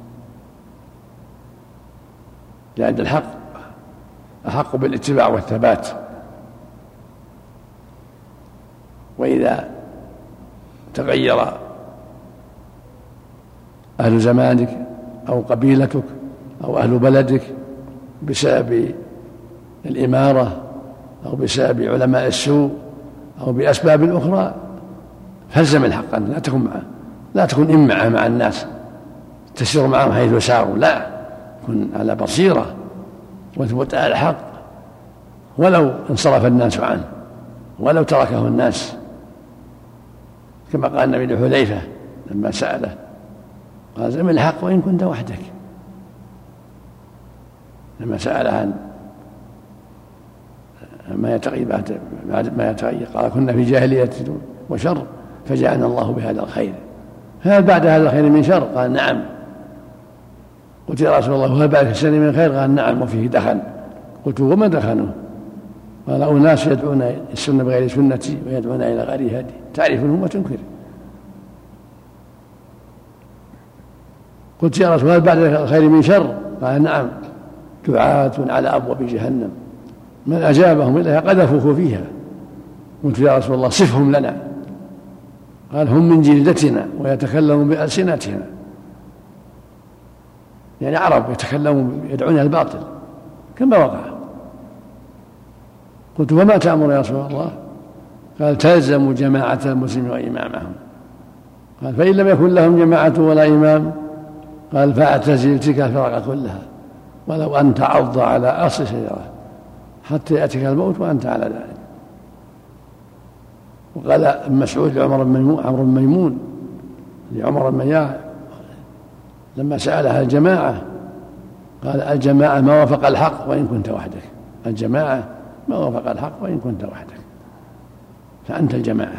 لأن الحق أحق بالاتباع والثبات. وإذا تغير أهل زمانك أو قبيلتك أو أهل بلدك بسبب الإمارة أو بسبب علماء السوء أو بأسباب أخرى، فالزم الحق، أن لا تكن معه، لا تكن إمعة مع الناس تسير معهم حيث ساروا، لا، كن على بصيرة وثبت على الحق ولو انصرف الناس عنه، ولو تركه الناس، كما قال النبي لحذيفة لما سأله قال: زم الحق وإن كنت وحدك. لما سأله عن ما يتغير بعد ما يتغير قال: كنا في جاهلية وشر فجعلنا الله بهذا الخير، هل بعد هذا الخير من شر؟ قال: نعم. قلت: يا رسول الله وهل بعد الشر من خير؟ قال: نعم وفيه دخن. قلت: وما دخنه؟ قال: أناس يدعون السنة بغير سنتي ويدعون إلى غير هدي تعرفهم وتنكر. قلت: يا رسول الله هل بعد الخير من شر؟ قال: نعم، دعاة على أبواب جهنم من أجابهم إليها قذفوه فيها. قلت: يا رسول الله صفهم لنا. قال: هم من جلدتنا ويتكلمون بألسنتنا، يعني عرب يتكلمون يدعون الباطل كما وقع. قلت: وما تأمر يا رسول الله؟ قال: تلزم جماعة المسلمين وإمامهم. قال: فإن لم يكن لهم جماعة ولا إمام؟ قال: فاعتزل تلك الفرق كلها ولو أن تعض على أصل شجرة حتى يأتيك الموت وأنت على ذلك. وقال ابن مسعود لعمر بن ميمون لعمر بن مياه لما سألها الجماعة قال: الجماعة ما وافق الحق وإن كنت وحدك، الجماعة ما وافق الحق وإن كنت وحدك، فأنت الجماعة.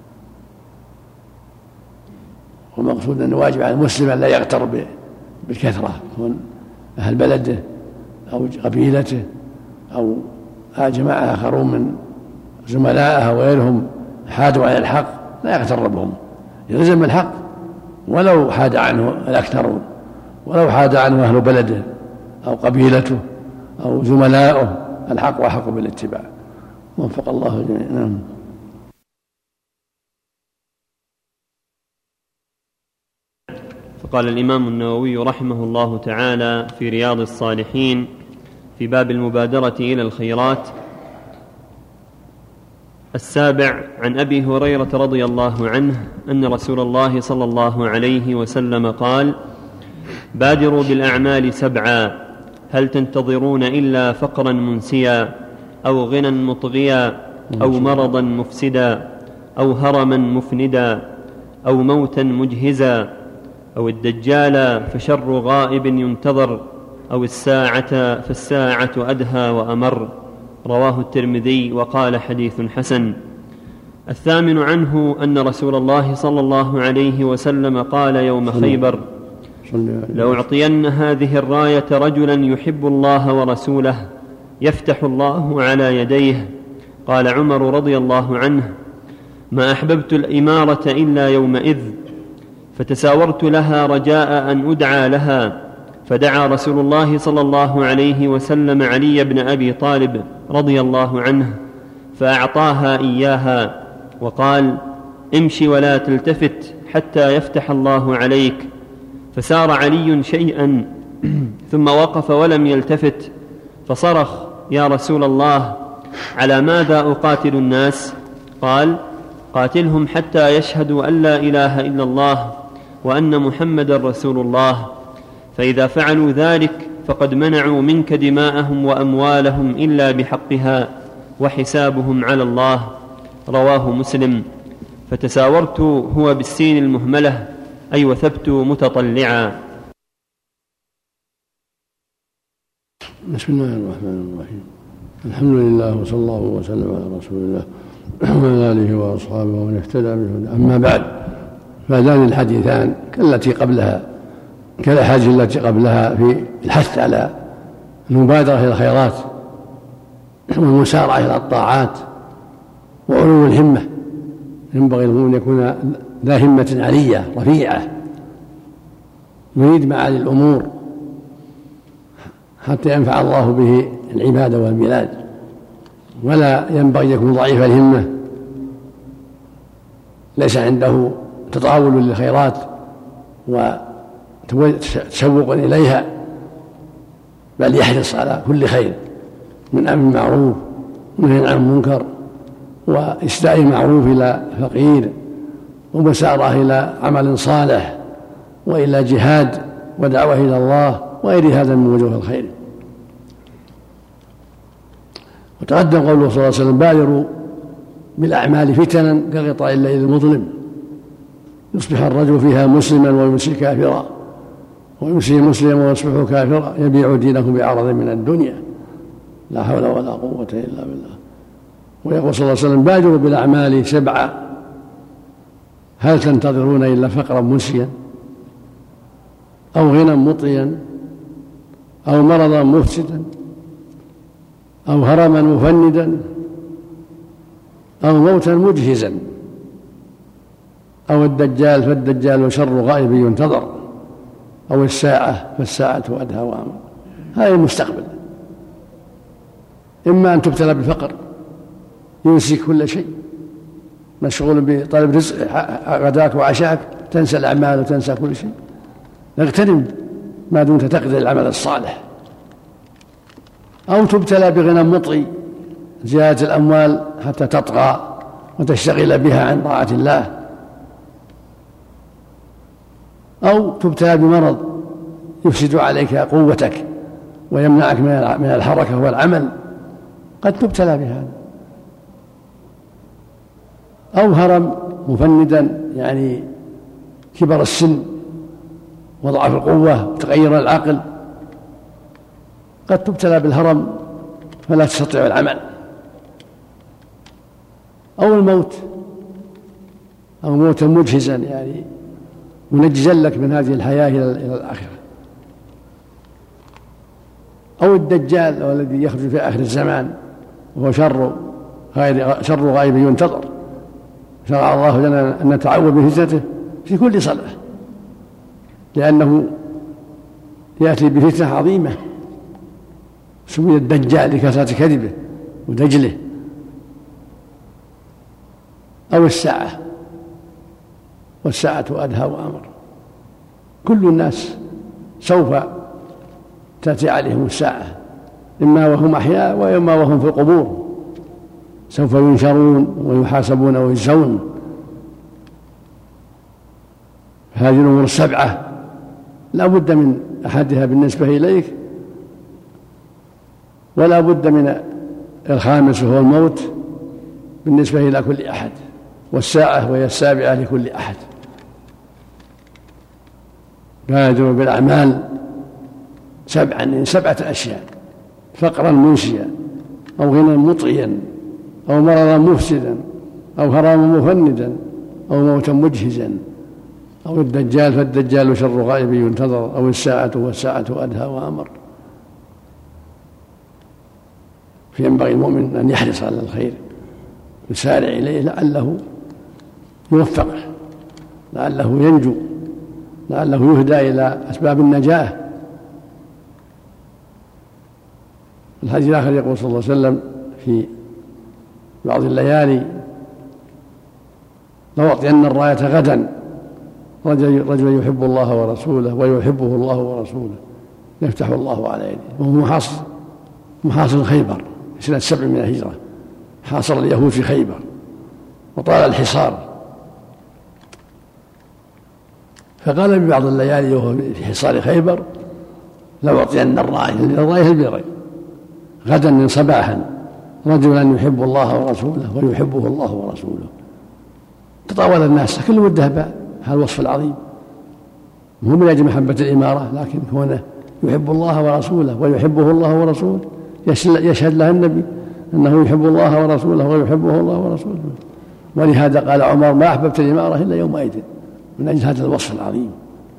ومقصود أن واجب على المسلم أن لا يغتر بالكثرة، يكون أهل بلده أو قبيلته أو جماعة آخرون من زملائها وغيرهم حادوا عن الحق لا يغتر بهم، يلزم الحق ولو حاد عنه الأكثرون، ولو حاد عنه أهل بلده أو قبيلته أو زملاؤه، الحق وحق بالاتباع. وفق الله جميعا. نعم. فقال الإمام النووي رحمه الله تعالى في رياض الصالحين: في باب المبادرة إلى الخيرات. 7. عن أبي هريرة رضي الله عنه أن رسول الله صلى الله عليه وسلم قال: بادروا بالأعمال 7، هل تنتظرون إلا فقرا منسيا أو غنى مطغيا أو مرضا مفسدا أو هرما مفندا أو موتا مجهزا أو الدجال فشر غائب ينتظر أو الساعة فالساعة أدهى وأمر. رواه الترمذي وقال حديث حسن. 8 عنه أن رسول الله صلى الله عليه وسلم قال يوم خيبر: لأعطين هذه الراية رجلا يحب الله ورسوله يفتح الله على يديه. قال عمر رضي الله عنه: ما أحببت الإمارة إلا يومئذ، فتساورت لها رجاء أن أدعى لها، فدعا رسول الله صلى الله عليه وسلم علي بن أبي طالب رضي الله عنه فأعطاها إياها وقال: امشي ولا تلتفت حتى يفتح الله عليك. فسار علي شيئا ثم وقف ولم يلتفت، فصرخ: يا رسول الله، على ماذا أقاتل الناس؟ قال: قاتلهم حتى يشهدوا أن لا إله إلا الله وأن محمدا رسول الله، فإذا فعلوا ذلك فقد منعوا منك دماءهم وأموالهم إلا بحقها وحسابهم على الله. رواه مسلم. فتساورت هو بالسين المهملة، أي وثبت متطلعا. بسم الله الرحمن الرحيم. الحمد لله وصلى الله وسلم على رسول الله وعلى آله وأصحابه ومن اهتدى بهداه. أما بعد، فهذان الحديثان كالتي قبلها كالأحاديث التي قبلها في الحث على المبادرة إلى الخيرات والمسارعة إلى الطاعات وعلو الهمة. ينبغي أن يكون ذا همة عالية رفيعة يريد معالي الأمور حتى ينفع الله به العباد والبلاد، ولا ينبغي أن يكون ضعيف الهمة ليس عنده تطاول للخيرات وتشوق إليها، بل يحرص على كل خير من أمر معروف ونهي عن منكر وإسداء معروف إلى فقير ومسارعة إلى عمل صالح وإلى جهاد ودعوة إلى الله وغير هذا من وجوه الخير. وتقدم قوله صلى الله عليه وسلم: بادروا بالأعمال فتنا كغطاء الليل المظلم، يصبح الرجل فيها مسلما ويمسي كافرا، ويمسي مسلما ويصبح كافرا، يبيع دينه بعرض من الدنيا، لا حول ولا قوة إلا بالله. ويقول صلى الله عليه وسلم: بادروا بالأعمال 7، هل تنتظرون إلا فقرا منسيا أو غنى مطغيا أو مرضا مفسدا أو هرما مفندا أو موتا مجهزا أو الدجال فالدجال شر غائب ينتظر أو الساعة فالساعة أدهى وأمر. هذا المستقبل، إما أن تبتلى بالفقر ينسيك كل شيء، مشغول بطلب رزق غداك وعشاك، تنسى الأعمال وتنسى كل شيء. اغتنم ما دمت تقدر العمل الصالح. أو تبتلى بغنى مطغي، زيادة الأموال حتى تطغى وتشتغل بها عن طاعة الله. أو تبتلى بمرض يفسد عليك قوتك ويمنعك من الحركة والعمل، قد تبتلى بهذا. أو هرم مفندا، يعني كبر السن وضعف القوة وتغير العقل، قد تبتلى بالهرم فلا تستطيع العمل. أو الموت، أو موتا مجهزا، يعني منجزا لك من هذه الحياة إلى الآخرة. أو الدجال الذي يخرج في آخر الزمان وهو شر غائب ينتظر. شرع الله لنا أن نتعوذ بفتنته في كل صلاة، لأنه يأتي بفتنة عظيمة سمي الدجال لكثرة كذبه ودجله. أو الساعة، والساعة أدهى وأمر. كل الناس سوف تأتي عليهم الساعة إما وهم أحياء وإما وهم في القبور، سوف ينشرون ويحاسبون ويجزون. هذه الأمور السبعة لا بد من أحدها بالنسبة إليك، ولا بد من الخامس وهو الموت بالنسبة إلى كل أحد، والساعة وهي السابعة لكل أحد. بادروا بالأعمال سبعة أشياء: فقرا منسيا، أو غنى مطغيا، أو مرضا مفسدا، أو هراما مفندا، أو موتا مجهزا، أو الدجال فالدجال شر غائب ينتظر، أو الساعة والساعة أدهى وأمر. فينبغي المؤمن أن يحرص على الخير، يسارع إليه لعله يوفق، لعله ينجو، لعله يهدى إلى أسباب النجاة. الحديث الآخر يقول صلى الله عليه وسلم في بعض الليالي: لأعطين الراية غدا رجل يحب الله ورسوله ويحبه الله ورسوله يفتح الله على يده. وهو محاصر خيبر في سنة 7 من الهجرة، حاصر اليهود في خيبر وطال الحصار، فقال ببعض الليالي وهو في حصار خيبر: لأعطين الراية البيضاء غدا من صباحا رجلا يحب الله ورسوله ويحبه الله ورسوله. تطاول الناس كل مده هذا الوصف العظيم، مو من أجل محبة الإمارة، لكن كونه يحب الله ورسوله ويحبه الله ورسوله، يشهد له النبي أنه يحب الله ورسوله ويحبه الله ورسوله. ولهذا قال عمر: ما أحببت الإمارة إلا يومئذ، من أجل هذا الوصف العظيم.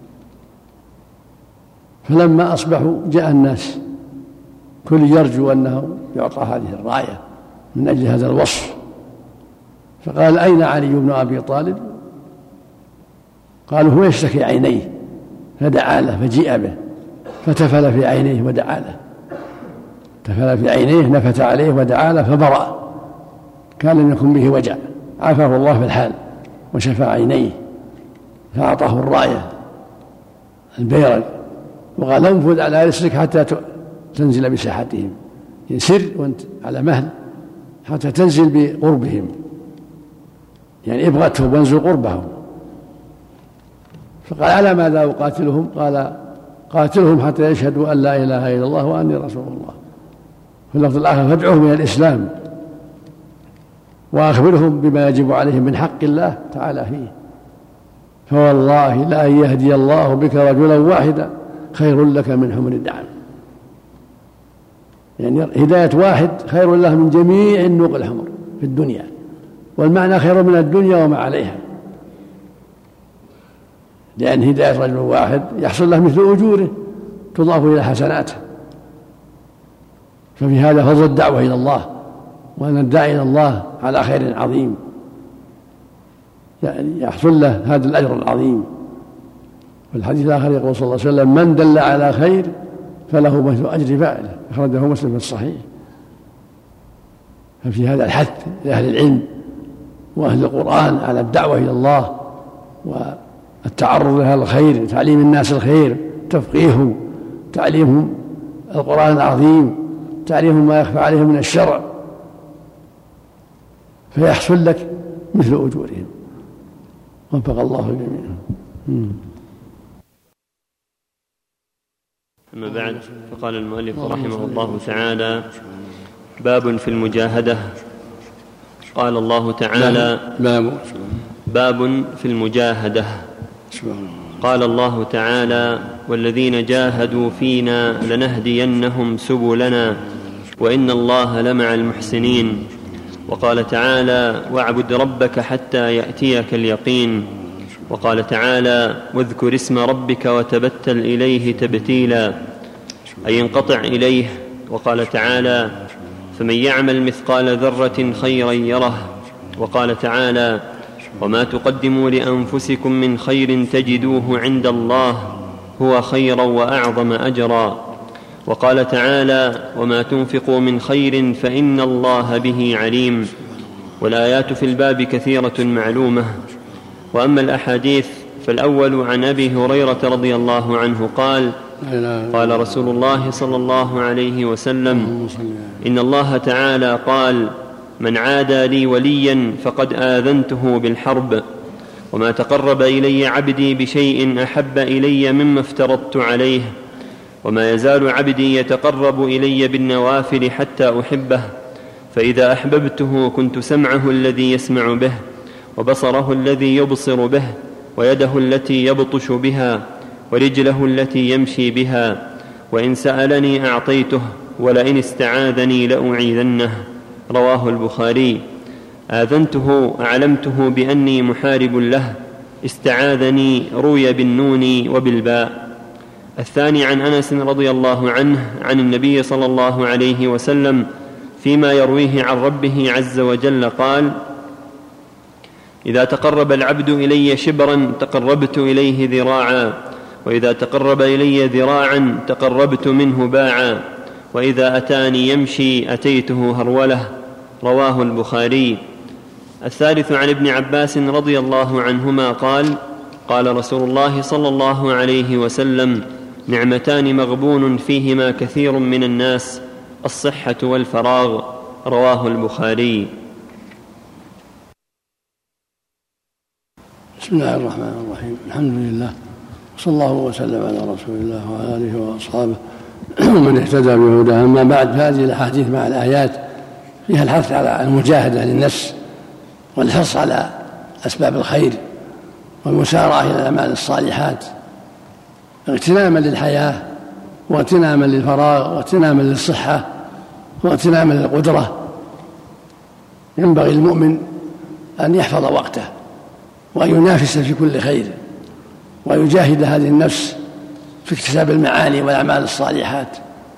فلما أصبحوا جاء الناس كل يرجو أنه يعطى هذه الراية من أجل هذا الوصف، فقال: أين علي بن أبي طالب؟ قالوا: هو يشتكي عينيه، فدعا له فجيء به، فتفل في عينيه ودعا له، تفل في عينيه نفت عليه ودعا له فبرأ، كان لم يكن به وجع، عافاه الله في الحال وشفى عينيه، فأعطاه الراية البيرق وقال: انفذ على رسلك حتى تنزل بساحتهم، يسر وانت على مهل حتى تنزل بقربهم، يعني ابغتهم وانزل قربهم. فقال: على ماذا أقاتلهم؟ قال: قاتلهم حتى يشهدوا أن لا إله إلا الله وأني رسول الله. في اللفظ الآخر: فادعوهم إلى الإسلام وأخبرهم بما يجب عليهم من حق الله تعالى فيه، فوالله لأن يهدي الله بك رجلا واحدا خير لك من حمر النعم. يعني هداية واحد خير له من جميع النوق الحمر في الدنيا، والمعنى خير من الدنيا وما عليها، لأن هداية رجل واحد يحصل له مثل أجوره تضاف إلى حسناته. ففي هذا فضل الدعوة إلى الله، وأن الداعي إلى الله على خير عظيم، يعني يحصل له هذا الأجر العظيم. والحديث الآخر يقول صلى الله عليه وسلم: من دل على خير فله مثل أجر فاعله، أخرجه مسلم في الصحيح. ففي هذا الحث لأهل العلم وأهل القرآن على الدعوة إلى الله والتعرض لها الخير، تعليم الناس الخير، تفقيههم، تعليمهم القرآن العظيم، تعليمهم ما يخفى عليهم من الشرع، فيحصل لك مثل أجورهم. وفق الله جميعا. أما بعد، فقال المؤلف رحمه الله تعالى: باب في المجاهدة. قال الله تعالى: باب في المجاهدة. قال الله تعالى: والذين جاهدوا فينا لنهدينهم سبلنا وإن الله لمع المحسنين. وقال تعالى: واعبد ربك حتى يأتيك اليقين. وقال تعالى: واذكر اسم ربك وتبتل إليه تبتيلا، أي انقطع إليه. وقال تعالى: فمن يعمل مثقال ذرة خيرا يره. وقال تعالى: وما تقدموا لأنفسكم من خير تجدوه عند الله هو خيرا وأعظم أجرا. وقال تعالى: وما تنفقوا من خير فإن الله به عليم. والآيات في الباب كثيرة معلومة. وأما الأحاديث فالأول عن أبي هريرة رضي الله عنه قال: قال رسول الله صلى الله عليه وسلم: إن الله تعالى قال: من عادى لي وليا فقد آذنته بالحرب، وما تقرب إلي عبدي بشيء أحب إلي مما افترضت عليه، وما يزال عبدي يتقرب إلي بالنوافل حتى أحبه، فإذا أحببته كنت سمعه الذي يسمع به، وبصره الذي يبصر به، ويده التي يبطش بها، ورجله التي يمشي بها، وإن سألني أعطيته، ولئن استعاذني لأعيذنه. رواه البخاري. آذنته أعلمته بأني محارب له، استعاذني روي بالنون وبالباء. الثاني عن أنس رضي الله عنه عن النبي صلى الله عليه وسلم فيما يرويه عن ربه عز وجل قال: إذا تقرب العبد إلي شبرا تقربت إليه ذراعا، وإذا تقرب إلي ذراعا تقربت منه باعا، وإذا أتاني يمشي أتيته هرولة. رواه البخاري. الثالث عن ابن عباس رضي الله عنهما قال: قال رسول الله صلى الله عليه وسلم: نعمتان مغبون فيهما كثير من الناس، الصحة والفراغ. رواه البخاري. بسم الله الرحمن الرحيم. الحمد لله، صلى الله وسلم على رسول الله وعلى آله وأصحابه ومن اهتدى بهداه. أما بعد، فهذه الأحاديث مع الآيات فيها الحث على المجاهدة للنفس، والحرص على أسباب الخير، والمسارعة إلى الأعمال الصالحات، اغتناما للحياة، واغتناما للفراغ، واغتناما للصحة، واغتناما للقدرة. ينبغي المؤمن أن يحفظ وقته، وأن ينافس في كل خير، ويجاهد هذه النفس في اكتساب المعاني والأعمال الصالحات،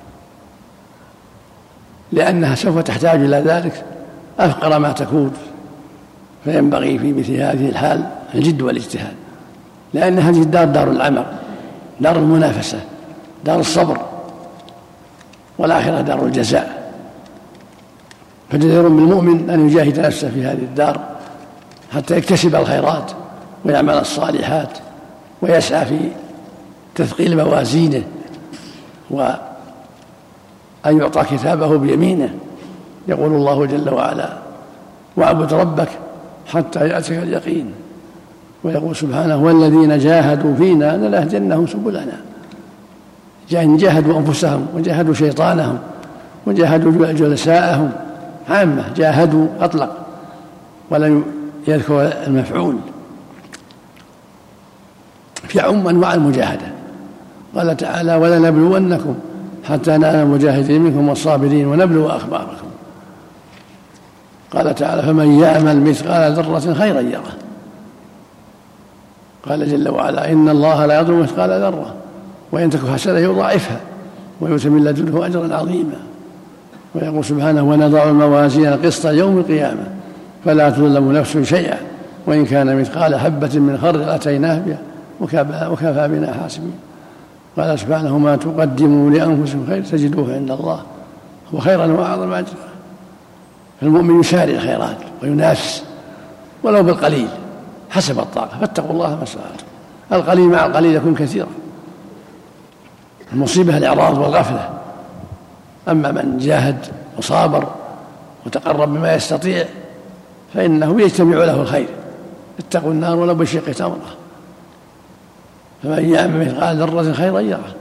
لأنها سوف تحتاج إلى ذلك أفقر ما تكون. فينبغي في مثل هذه الحال الجد والاجتهاد، لأن هذه الدار دار العمل، دار المنافسة، دار الصبر، والآخرة دار الجزاء. فجدير بالمؤمن أن يجاهد نفسه في هذه الدار حتى يكتسب الخيرات ويعمل الصالحات، ويسعى في تثقيل موازينه، وأن يعطى كتابه بيمينه. يقول الله جل وعلا: واعبد ربك حتى يأتيك اليقين. ويقول سبحانه: والذين جاهدوا فينا لنهدينهم سبلنا. جاهدوا أنفسهم، وجاهدوا شيطانهم، وجاهدوا جلساءهم، عامة جاهدوا أطلق، ولم يذكر المفعول، في عم أنواع المجاهدة. قال تعالى: ولنبلونكم حتى نعلم المجاهدين منكم والصابرين ونبلو أخباركم. قال تعالى: فمن يعمل مثقال ذرة خيرا يره. قال جل وعلا: إن الله لا يظلم مثقال ذرة وإن تك حسنة يضاعفها ويؤتي من لدنه أجرا عظيما. ويقول سبحانه: ونضع الموازين القسط يوم القيامة فلا تظلم نفس شيئا وإن كان مثقال حبة من خردل أتيناه بها وكفى بنا حاسبين. قال سبحانه: ما تقدموا لأنفسكم خير تجدوه عند الله هو خيرا وأعظم أجرا. فالمؤمن يسارع الخيرات وينافس ولو بالقليل حسب الطاقة، فاتقوا الله ما استطعتم. القليل مع القليل يكون كثيرا. المصيبة الإعراض والغفلة. أما من جاهد وصابر وتقرب بما يستطيع فإنه يجتمع له الخير. اتقوا النار ولو بشق تمرة. فمن يعمل مثقال ذرة خيرا يره.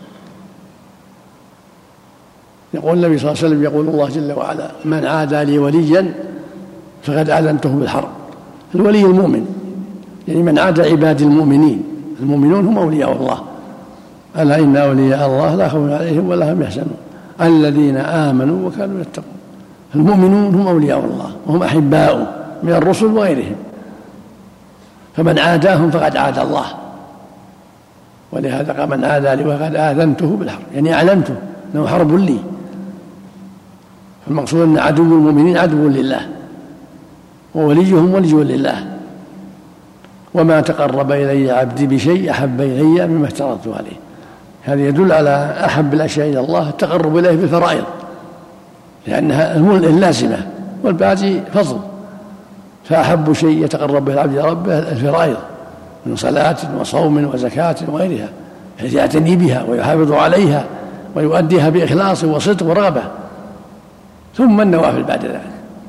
يقول النبي صلى الله عليه وسلم: يقول الله جل وعلا: من عادى لي وليا فقد آذنته بالحرب. الولي المؤمن، يعني من عادى عباد المؤمنين. المؤمنون هم أولياء الله. ألا إن أولياء الله لا خوف عليهم ولا هم يحزنون الذين آمنوا وكانوا يتقون. المؤمنون هم أولياء الله وهم أحباؤه من الرسل وغيرهم. فمن عاداهم فقد عاد الله. ولهذا قال: من عادى لي وقد آذنته بالحرب، يعني أعلمته أنه حرب لي. المقصود أن عدو المؤمنين عدو لله، ووليهم ولي لله. وما تقرب إلي عبدي بشيء أحب إلي مما افترضت عليه. هذا يدل على أحب الأشياء إلى الله التقرب إليه بالفرائض، لأنها اللازمة والباقي فضل. فأحب شيء يتقرب به العبد إلى ربه الفرائض من صلاة وصوم وزكاة وغيرها، بحيث يعتني بها ويحافظ عليها ويؤديها بإخلاص وصدق ورغبة، ثم النوافل بعد ذلك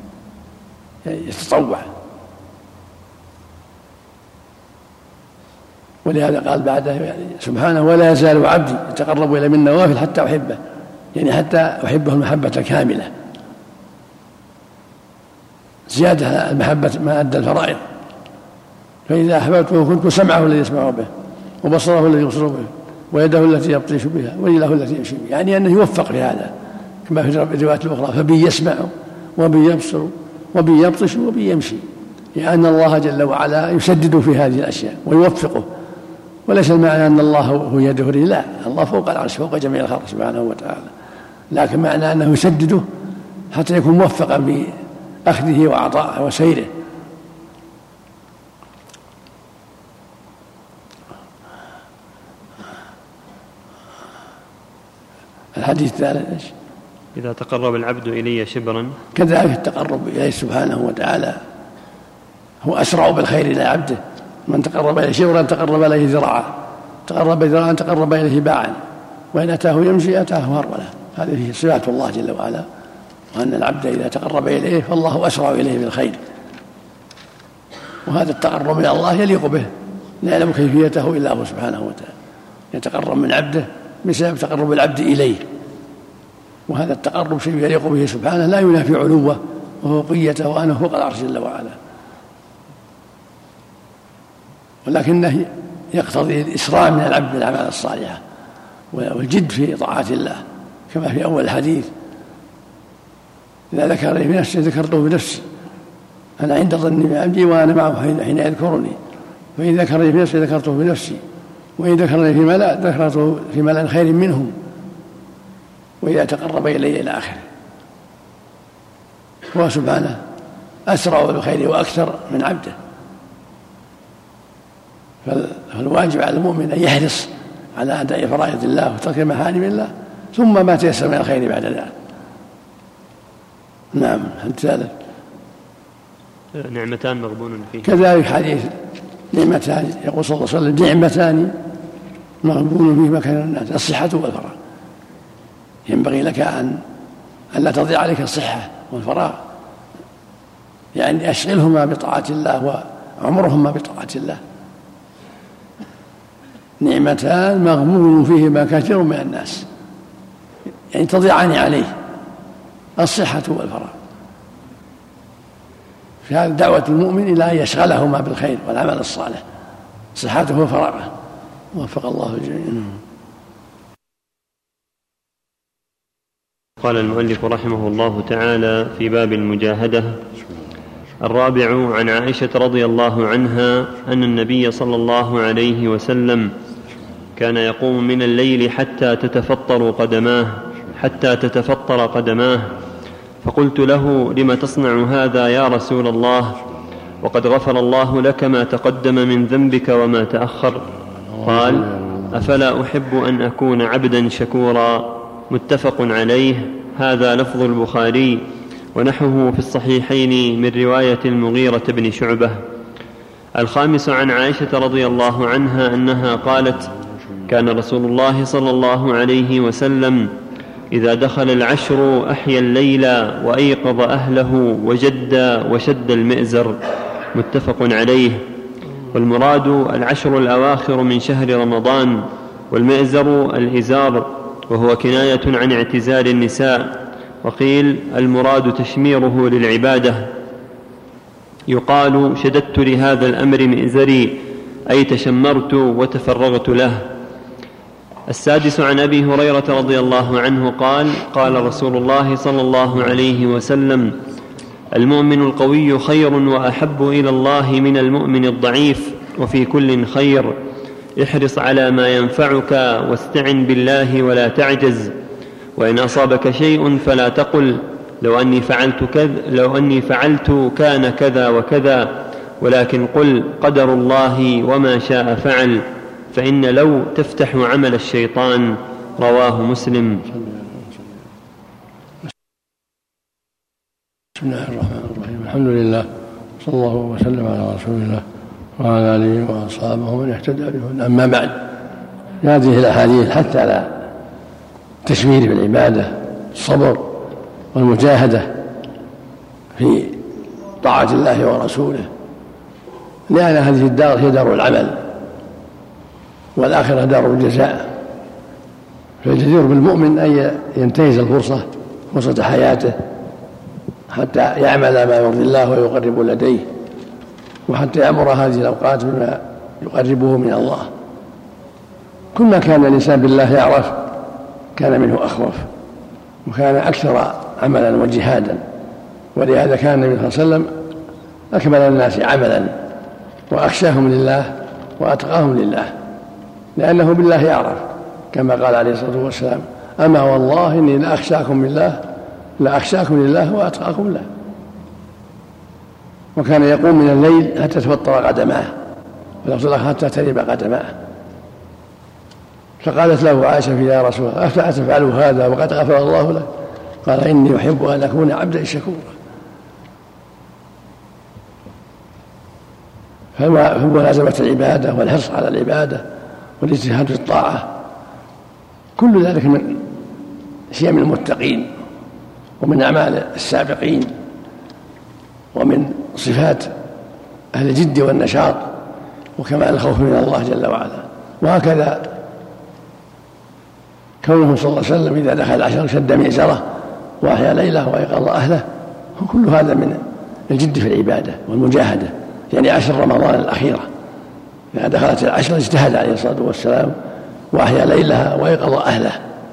يتطوع. ولهذا قال بعده سبحانه: ولا يزال عبدي يتقرب إلي من النوافل حتى أحبه، يعني حتى أحبه المحبة الكاملة، زيادة المحبة ما أدى الفرائض. فإذا أحببته كنت سمعه الذي يسمع به، وبصره الذي يبصر به، ويده التي يبطش بها، ورجله التي يمشي بها، يعني أنه يوفق في هذا كما في الروايات الأخرى: فبي يسمع وبي يبصر وبي يبطش وبي يمشي، لأن الله جل وعلا يسدد في هذه الأشياء ويوفقه. وليس المعنى أن الله هو يده ورجله، لا، الله فوق العرش فوق جميع الخلق سبحانه وتعالى، لكن معنى أنه يسدده حتى يكون موفقا في أخذه وعطائه وسيره. الحديث الثالث: إذا تقرب العبد إلي شبرا. كذلك التقرب إليه سبحانه وتعالى هو أسرع بالخير إلى عبده. من تقرب إليه شبرا تقرب إليه ذراعا، تقرب ذراعا تقرب إليه باعا، وإن أتاه يمشي أتاه هرولا. هذه صفات الله جل وعلا، وأن العبد إذا تقرب إليه فالله أسرع إليه بالخير، وهذا التقرب إلى الله يليق به، لا يعلم كيفيته إلا هو سبحانه وتعالى. يتقرب من عبده بسبب تقرب العبد إليه، وهذا التقرب شيء يليق به سبحانه، لا ينافي علوه وفوقيته وأنه فوق العرش جل وعلا، ولكنه يقتضي الإسراع من العبد بالأعمال الصالحة والجد في طاعات الله، كما في أول الحديث: إذا ذكرني في نفسي ذكرته بنفسي، أنا عند ظن بعبدي وأنا معه حين يذكرني، فإن ذكرني في نفسي ذكرته بنفسي، وإن ذكرني في ملأ ذكرته في ملأ خير منهم، وإذا تقرب إلي إلى آخره. هو سبحانه أسرع بالخير وأكثر من عبده، فالواجب على المؤمن أن يحرص على أداء فرائض الله وترك محارم الله، ثم ما تيسر من الخير بعد ذلك. نعم. الثالث: نعمتان مغبون فيه. كذلك حديث نعمتان، يقول صلى الله عليه وسلم: نعمتان مغبون فيهما كثير من الناس، الصحة والفراغ. ينبغي لك أن لا تضيع عليك الصحة والفراغ، يعني أشغلهما بطاعة الله وعمرهما بطاعة الله. نعمتان مغبون فيهما كثير من الناس، يعني تضيعان عليه، الصحة والفراغ. في هذه دعوة المؤمن إلى أن يشغلهما بالخير والعمل الصالح، صحته وفراغه. وفق الله الجميع. قال المؤلف رحمه الله تعالى في باب المجاهدة: الرابع: عن عائشة رضي الله عنها أن النبي صلى الله عليه وسلم كان يقوم من الليل حتى تتفطر قدماه، فقلت له: لم تصنع هذا يا رسول الله، وقد غفر الله لك ما تقدم من ذنبك وما تأخر؟ قال: أفلا أحب أن أكون عبدا شكورا. متفق عليه. هذا لفظ البخاري، ونحوه في الصحيحين من رواية المغيرة بن شعبة. الخامس: عن عائشة رضي الله عنها أنها قالت: كان رسول الله صلى الله عليه وسلم إذا دخل العشر أحيا الليل وأيقظ أهله وشد المئزر. متفق عليه. والمراد العشر الأواخر من شهر رمضان، والمئزر الإزار، وهو كناية عن اعتزال النساء. وقيل المراد تشميره للعبادة، يقال: شددت لهذا الأمر مئزري، أي تشمرت وتفرغت له. السادس: عن أبي هريرة رضي الله عنه قال: قال رسول الله صلى الله عليه وسلم: المؤمن القوي خير وأحب إلى الله من المؤمن الضعيف، وفي كل خير. احرص على ما ينفعك واستعن بالله ولا تعجز، وإن أصابك شيء فلا تقل لو أني فعلت كان كذا وكذا، ولكن قل قدر الله وما شاء فعل، فإن لو تفتح عمل الشيطان. رواه مسلم. بسم الله الرحمن الرحيم. الحمد لله، صلى الله وسلم على رسول الله وعلى آله وأصحابه ومن اهتدى بهداه. أما بعد، هذه الأحاديث حتى على التشمير في العبادة، الصبر والمجاهدة في طاعة الله ورسوله، لأن هذه الدار هي دار العمل والآخرة دار الجزاء. فالجدير بالمؤمن أن ينتهز الفرصة، فرصة حياته، حتى يعمل ما يرضي الله ويقرب لديه، وحتى يأمر هذه الأوقات بما يقربه من الله. كلما كان الإنسان بالله يعرف كان منه أخوف وكان أكثر عملا وجهادا، ولهذا كان النبي صلى الله عليه وسلم أكمل الناس عملا وأخشاهم لله وأتقاهم لله، لأنه بالله يعرف، كما قال عليه الصلاة والسلام: أما والله إني لأخشاكم لله وأتقاكم له. وكان يقوم من الليل حتى تفطر قدماه، ولو حتى ترب قدماه. فقالت له عائشة: يا رسول الله أفتفعل هذا وقد غفر الله لك؟ قال: إني أحب أن أكون عبدا شكورا. فملازمة العبادة والحرص على العبادة والاجتهاد في الطاعة كل ذلك من شيم المتقين ومن أعمال السابقين ومن صفات أهل الجد والنشاط وكمال الخوف من الله جل وعلا. وهكذا كونه صلى الله عليه وسلم إذا دخل العشر شد مئزره وأحيا ليله وأيقظ أهله، وكل هذا من الجد في العبادة والمجاهدة. يعني عشر رمضان الأخيرة إذا دخلت العشر اجتهد عليه الصلاة والسلام وأحيا ليلها وأيقظ أهله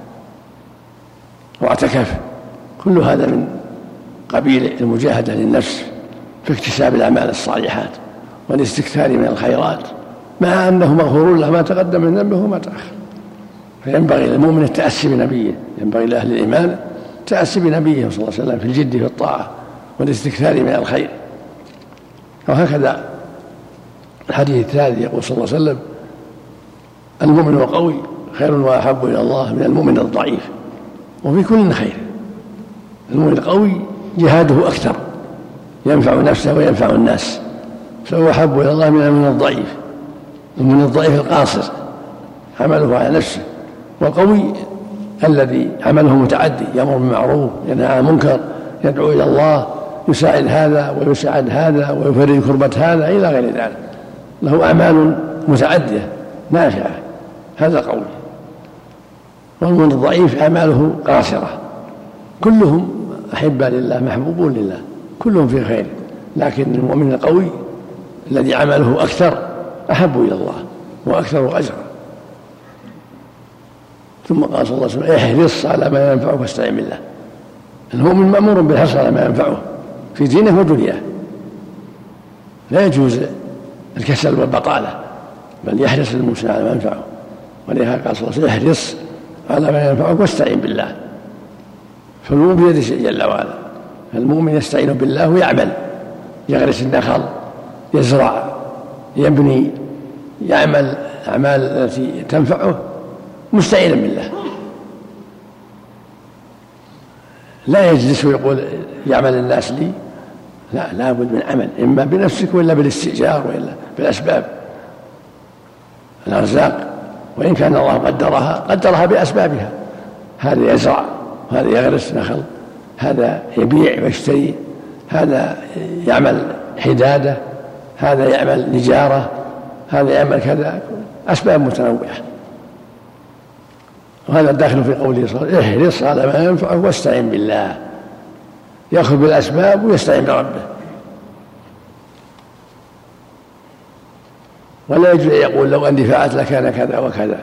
واعتكف. كل هذا من قبيل المجاهدة للنفس في اكتساب الأعمال الصالحات والاستكثار من الخيرات، مع أنه مغفور له ما تقدم من ذنبه وما تأخر. فينبغي للمؤمن التأسي بنبيه، ينبغي لأهل الإيمان التأسي بنبيه صلى الله عليه وسلم في الجد في الطاعة والاستكثار من الخير. وهكذا الحديث الثالث يقول صلى الله عليه وسلم: المؤمن القوي خير وأحب إلى الله من المؤمن الضعيف، وفي كل خير. المؤمن القوي جهاده أكثر، ينفع نفسه وينفع الناس، فهو أحب إلى الله من المؤمن الضعيف. المؤمن الضعيف القاصر عمله على نفسه، والقوي الذي عمله متعدي، يأمر بالمعروف ينهى عن المنكر يدعو إلى الله، يساعد هذا ويساعد هذا ويفرج كربة هذا إلى غير ذلك، له أعمال متعدية نافعة، هذا قوي. والمؤمن الضعيف أعماله قاصرة، كلهم أحبة لله محبوبون لله، كلهم في خير، لكن المؤمن القوي الذي عمله أكثر أحب إلى الله وأكثر أجرا. ثم قال صلى الله عليه وسلم: احرص على ما ينفعك واستعن بالله. المؤمن مأمور بالحرص على ما ينفعه في دينه ودنياه، لا يجوز الكسل والبطالة، بل يحرص المسلم على ما ينفعه. ولهذا قال صلى الله عليه وسلم: احرص على ما ينفعك واستعن بالله. فالمؤمن بيده جل وعلا، المؤمن يستعين بالله ويعمل، يغرس النخل، يزرع، يبني، يعمل أعمال التي تنفعه مستعينا بالله. لا يجلس ويقول يعمل الناس لي، لا، لابد من عمل، إما بنفسك وإلا بالاستئجار وإلا بالأسباب الأرزاق. وإن كان الله قدرها بأسبابها، هذا يزرع، هذا يغرس نخل، هذا يبيع ويشتري، هذا يعمل حدادة، هذا يعمل نجارة، هذا يعمل كذا، أسباب متنوعة. وهذا داخل في قوله صلى الله عليه وسلم: احرص على ما ينفعك واستعن بالله. يأخذ بالأسباب ويستعين بربه، ولا يجوز يقول لو أني فعلت لكان كذا وكذا،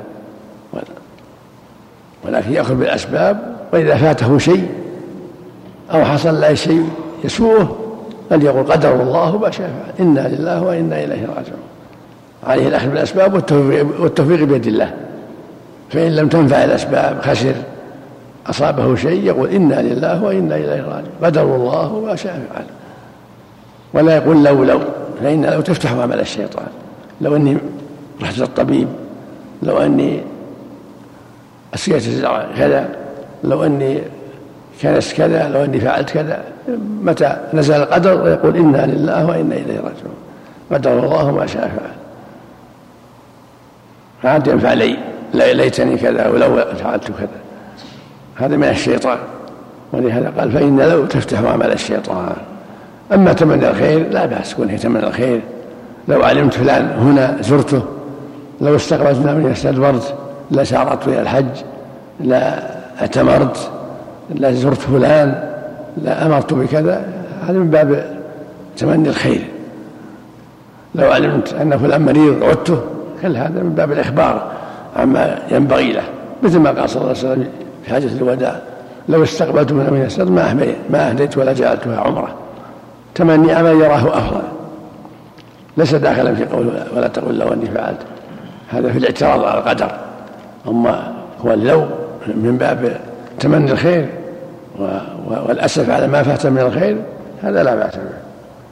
ولكن يأخذ بالأسباب. وإذا فاته شيء أو حصل له شيء يسوءه أن يقول قدر الله ما شاء فعل، إنا لله وإنا إليه راجعون. عليه الأخذ بالأسباب والتوفيق بيد الله. فإن لم تنفع الأسباب خسر، أصابه شيء، يقول إنا لله وإنا إليه راجعون، قدر الله ما شاء فعل. ولا يقول لو، فإن لو تفتح عمل الشيطان. لو أني رحت للطبيب، لو أني أسقيت الزرع كذا، لو أني كنست كذا، لو أني فعلت كذا. متى نزل القدر يقول إنا لله وإنا إليه راجعون، قدر الله ما شاء فعل. فعاد ينفع لي ليتني كذا ولو فعلت كذا، هذا من الشيطان. ولهذا قال فإن لو تفتح عمل الشيطان. أما تمنى الخير لا بأس، كونه يتمنى الخير. لو علمت فلان هنا زرته، لو استقبلتنا من استدبرت، لا سارت إلى الحج، لا اعتمرت، لا زرت فلان، لا أمرت بكذا، هذا من باب تمني الخير. لو علمت أن فلان مريض عدته، كل هذا من باب الإخبار عما ينبغي له، مثل ما قال صلى الله عليه وسلم في حاجة الوداع لو استقبلت من السر ما أهديت ولا جعلتها عمره. تمني عمل يراه أفضل، ليس داخلا في قول ولا تقول لو أني فعلت، هذا في الاعتراض على القدر. أما هو لو من باب تمني الخير والأسف على ما فات من الخير، هذا لا بأس به.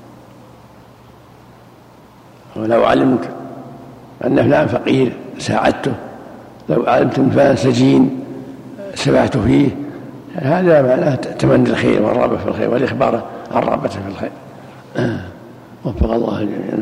ولو علمت أن فلان فقير ساعدته، لو علمت أن فلان سجين سمعت فيه، هذا معناه تمني الخير والرغبة في الخير والإخبار عن رغبته في الخير. وفق الله الجميع.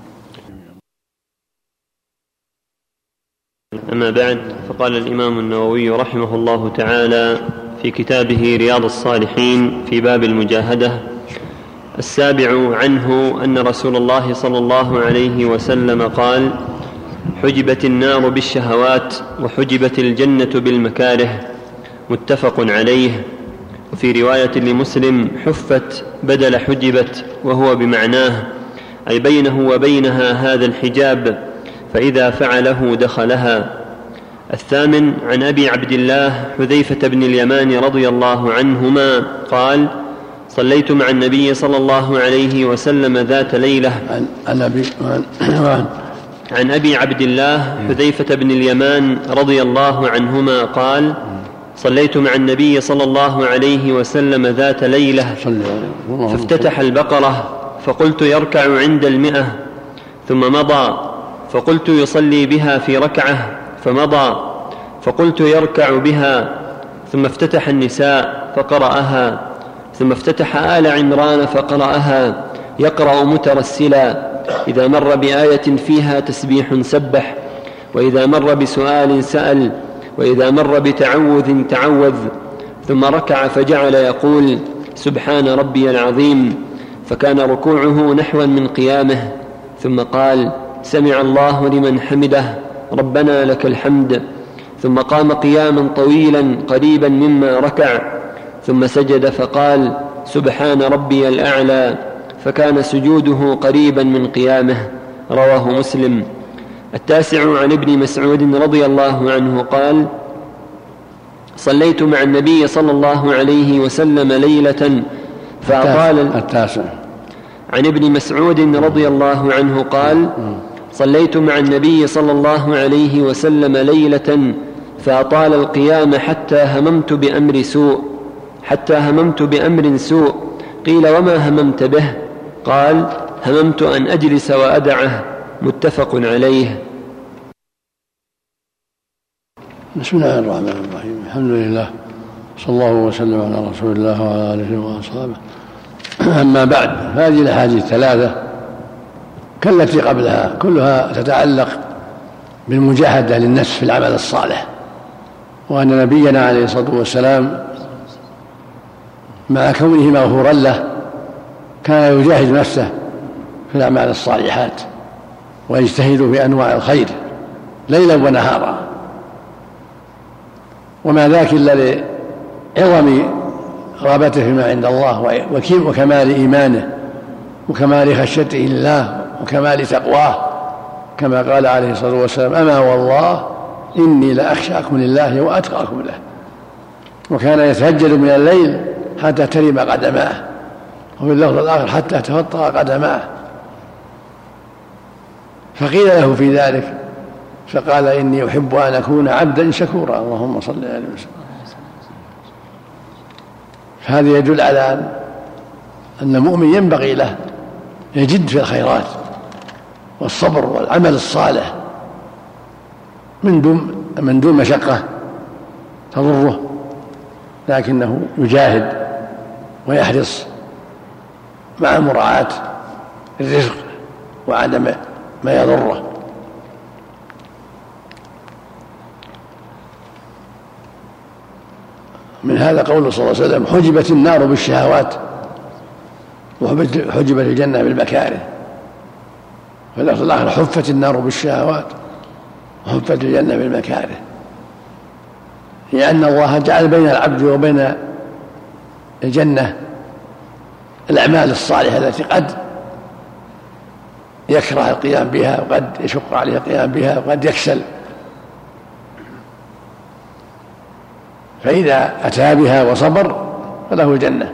أما بعد، فقال الإمام النووي رحمه الله تعالى في كتابه رياض الصالحين في باب المجاهدة: السابع عنه أن رسول الله صلى الله عليه وسلم قال: حجبت النار بالشهوات وحجبت الجنة بالمكاره، متفق عليه. وفي رواية لمسلم: حفت بدل حجبت، وهو بمعناه أي بينه وبينها هذا الحجاب، فإذا فعله دخلها. الثامن عن أبي عبد الله حذيفة بن اليمان رضي الله عنهما قال: صليت مع النبي صلى الله عليه وسلم ذات ليلة. عن أبي عبد الله حذيفة بن اليمان رضي الله عنهما قال: صليت مع النبي صلى الله عليه وسلم ذات ليلة، فافتتح البقرة، فقلت يركع عند 100، ثم مضى، فقلت يصلي بها في ركعة، فمضى، فقلت يركع بها، ثم افتتح النساء فقرأها، ثم افتتح آل عمران فقرأها يقرأ مترسلا، إذا مر بآية فيها تسبيح سبح، وإذا مر بسؤال سأل، وإذا مر بتعوذ تعوذ، ثم ركع فجعل يقول: سبحان ربي العظيم، فكان ركوعه نحوا من قيامه، ثم قال: سمع الله لمن حمده، ربنا لك الحمد، ثم قام قياما طويلا قريبا مما ركع، ثم سجد فقال: سبحان ربي الأعلى، فكان سجوده قريبا من قيامه. رواه مسلم. التاسع عن ابن مسعود رضي الله عنه قال: صليت مع النبي صلى الله عليه وسلم ليلة فأطال. التاسع عن ابن مسعود رضي الله عنه قال: صليت مع النبي صلى الله عليه وسلم ليلة فأطال القيام حتى هممت بأمر سوء. قيل: وما هممت به؟ قال: هممت أن أجلس وأدعه. متفق عليه. بسم الله الرحمن الرحيم. الحمد لله، صلى الله وسلم على رسول الله وعلى آله وأصحابه. أما بعد، هذه الأحاديث الثلاثة كالتي قبلها كلها تتعلق بالمجاهدة للنفس في العمل الصالح، وأن نبينا عليه الصلاة والسلام مع كونه مغفورا له كان يجاهد نفسه في الأعمال الصالحات ويجتهد في أنواع الخير ليلا ونهارا، وما ذاك إلا لعظم رغبته فيما عند الله وكمال إيمانه وكمال خشيته لله وكمال تقواه، كما قال عليه الصلاة والسلام: أما والله إني لأخشاكم لله وأتقاكم له. وكان يتهجد من الليل حتى ترم قدماه، وفي اللفظ الآخر حتى تفطر قدماه. فقيل له في ذلك فقال: إني أحب أن أكون عبدا شكورا. اللهم صل عليه وسلم. فهذا يدل على أن المؤمن ينبغي له يجد في الخيرات والصبر والعمل الصالح من دون مشقة تضره، لكنه يجاهد ويحرص مع مراعاة الرزق وعدم ما يضره. من هذا قوله صلى الله عليه وسلم: حجبت النار بالشهوات وحجبت الجنة بالمكاره. فاللفظ الآخر: حفت النار بالشهوات وحفت الجنة بالمكاره، لأن الله جعل بين العبد وبين الجنة الأعمال الصالحة التي قد يكره القيام بها وقد يشق عليه القيام بها وقد يكسل، فإذا أتى بها وصبر فله الجنة.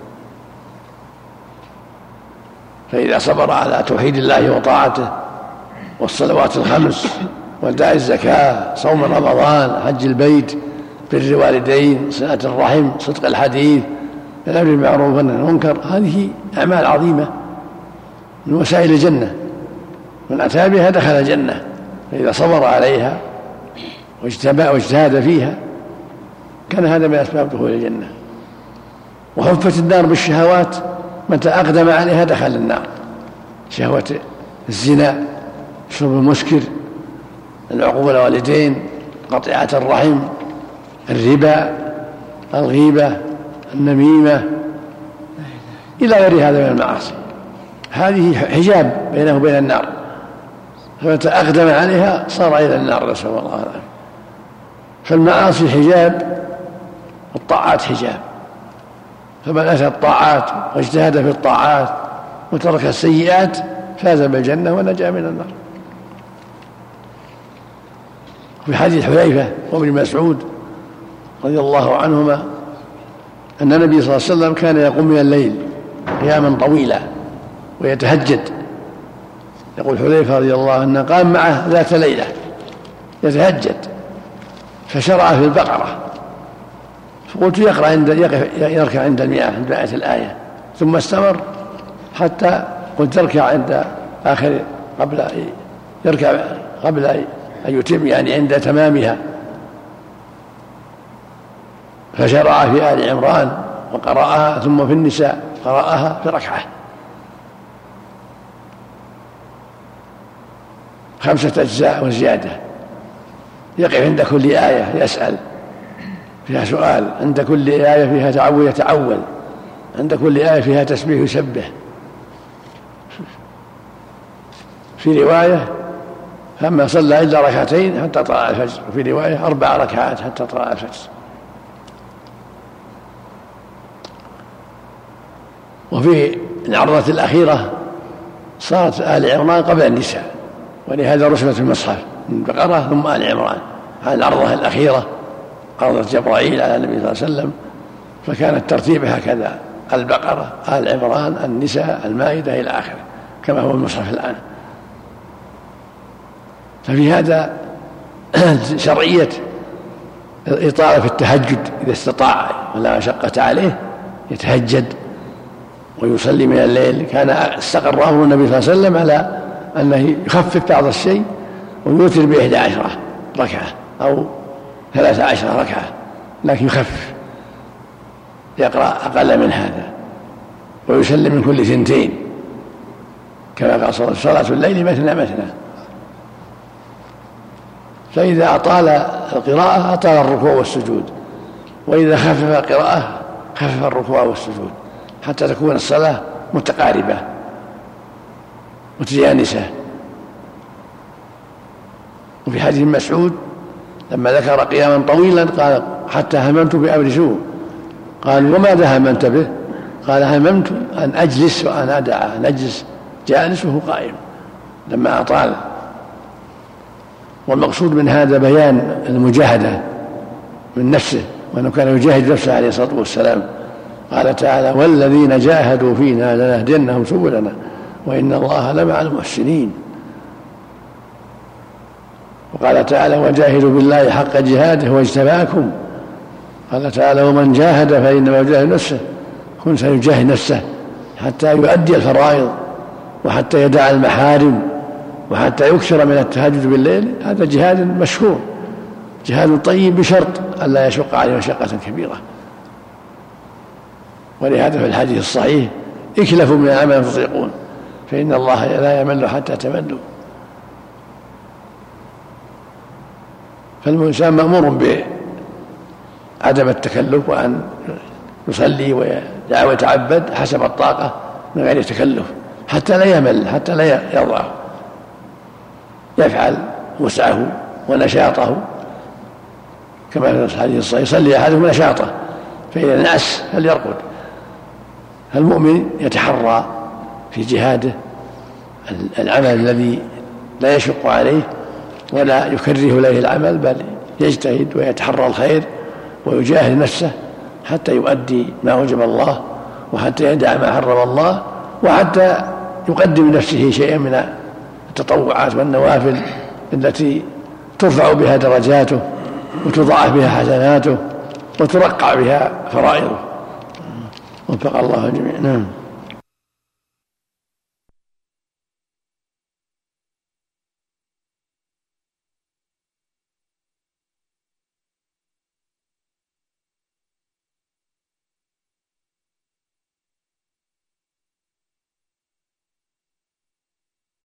فإذا صبر على توحيد الله وطاعته والصلوات الخمس وإيتاء الزكاة، صوم رمضان، حج البيت، بر الوالدين، صلة الرحم، صدق الحديث، الأمر بالمعروف والنهي عن المنكر، هذه أعمال عظيمة من وسائل الجنة، من أتى بها دخل الجنة. فإذا صبر عليها واجتهد فيها كان هذا من أسباب دخول الجنة. وحفت النار بالشهوات، متى أقدم عليها دخل النار: شهوة الزنا، شرب المسكر، العقوق الوالدين، قطيعة الرحم، الربا، الغيبة، النميمة، إلى غير هذا من المعاصي. هذه حجاب بينه وبين النار، فمتى أقدم عليها صار إلى النار، نسأل الله العافية. فالمعاصي حجاب والطاعات حجاب، فمن أتى الطاعات واجتهد في الطاعات وترك السيئات فاز بالجنة ونجا من النار. في حديث حذيفة وابن مسعود رضي الله عنهما أن النبي صلى الله عليه وسلم كان يقوم من الليل قياما طويلا ويتهجد. يقول حذيفة رضي الله عنه: قام معه ذات ليلة يتهجد فشرع في البقرة، فقلت يركع عند 100 الآية، ثم استمر حتى قلت يركع عند آخر قبل أن يتم، يعني عند تمامها، فشرع في آل عمران وقرأها، ثم في النساء قرأها في ركعة 5 أجزاء وزيادة. يقف عند كل آية يسأل فيها سؤال، عند كل آية فيها تعوذ يتعوذ، عند كل آية فيها تسبيح يسبح. في رواية: فما صلى إلا 2 حتى طلع الفجر، وفي رواية 4 ركعات حتى طلع الفجر. وفي العرضة الأخيرة صارت آل عمران قبل النساء، ولهذا رسمت المصحف من البقرة ثم آل عمران. هذه العرضة الأخيرة عرضة جبرائيل على النبي صلى الله عليه وسلم، فكان الترتيب هكذا: البقرة، آل عمران، النساء، المائدة، إلى آخره، كما هو المصحف الآن. ففي هذا شرعية الإطالة في التهجد إذا استطاع ولا مشقة عليه يتهجد ويصلي من الليل. كان استقر أمر النبي صلى الله عليه وسلم على أنه يخفف بعض الشيء ويوتر ب11 ركعة أو 13 ركعة، لكن يخفف، يقرأ أقل من هذا ويسلم من كل 2، كما قال صلاة الليل مثنى مثنى. فإذا أطال القراءة أطال الركوع والسجود، وإذا خفف القراءة خفف الركوع والسجود، حتى تكون الصلاة متقاربة متجانسة. وفي حديث مسعود لما ذكر قياما طويلا قال: حتى هممت بأمر سوء. قال: وماذا هممت به؟ قال: هممت أن أجلس وأنا أدعى، نجلس جالس وهو قائم، لما أطال. والمقصود من هذا بيان المجاهدة من نفسه، وأنه كان يجاهد نفسه عليه الصلاة والسلام. قال تعالى: والذين جاهدوا فينا لنهدينهم سبلنا وإن الله لمع المحسنين. وقال تعالى: وجاهدوا بالله حق جهاده واجتباكم. قال تعالى: ومن جاهد فإنما يجاهد نفسه. كن سيجاهد نفسه حتى يؤدي الفرائض وحتى يدع المحارم وحتى يكثر من التهجد بالليل. هذا جهاد مشهور، جهاد طيب، بشرط ألا يشق عليه مشقة كبيرة. ولهذا في الحديث الصحيح: اكلفوا من العمل تطيقون فإن الله لا يمل حتى تملوا. فالإنسان مأمور عدم التكلف، وأن يصلي ويتعبد حسب الطاقة من غير تكلف حتى لا يمل، حتى لا يرضى، يفعل وسعه ونشاطه كما في الحديث الصحيح: يصلي أحدكم نشاطه فإذا نعس فليرقد. المؤمن يتحرى في جهاده العمل الذي لا يشق عليه ولا يكره إليه العمل، بل يجتهد ويتحرى الخير ويجاهد نفسه حتى يؤدي ما وجب الله، وحتى يدع ما حرم الله، وحتى يقدم لنفسه شيئا من التطوعات والنوافل التي ترفع بها درجاته وتضاعف بها حسناته وترقع بها فرائضه. وفق الله الجميع. نعم.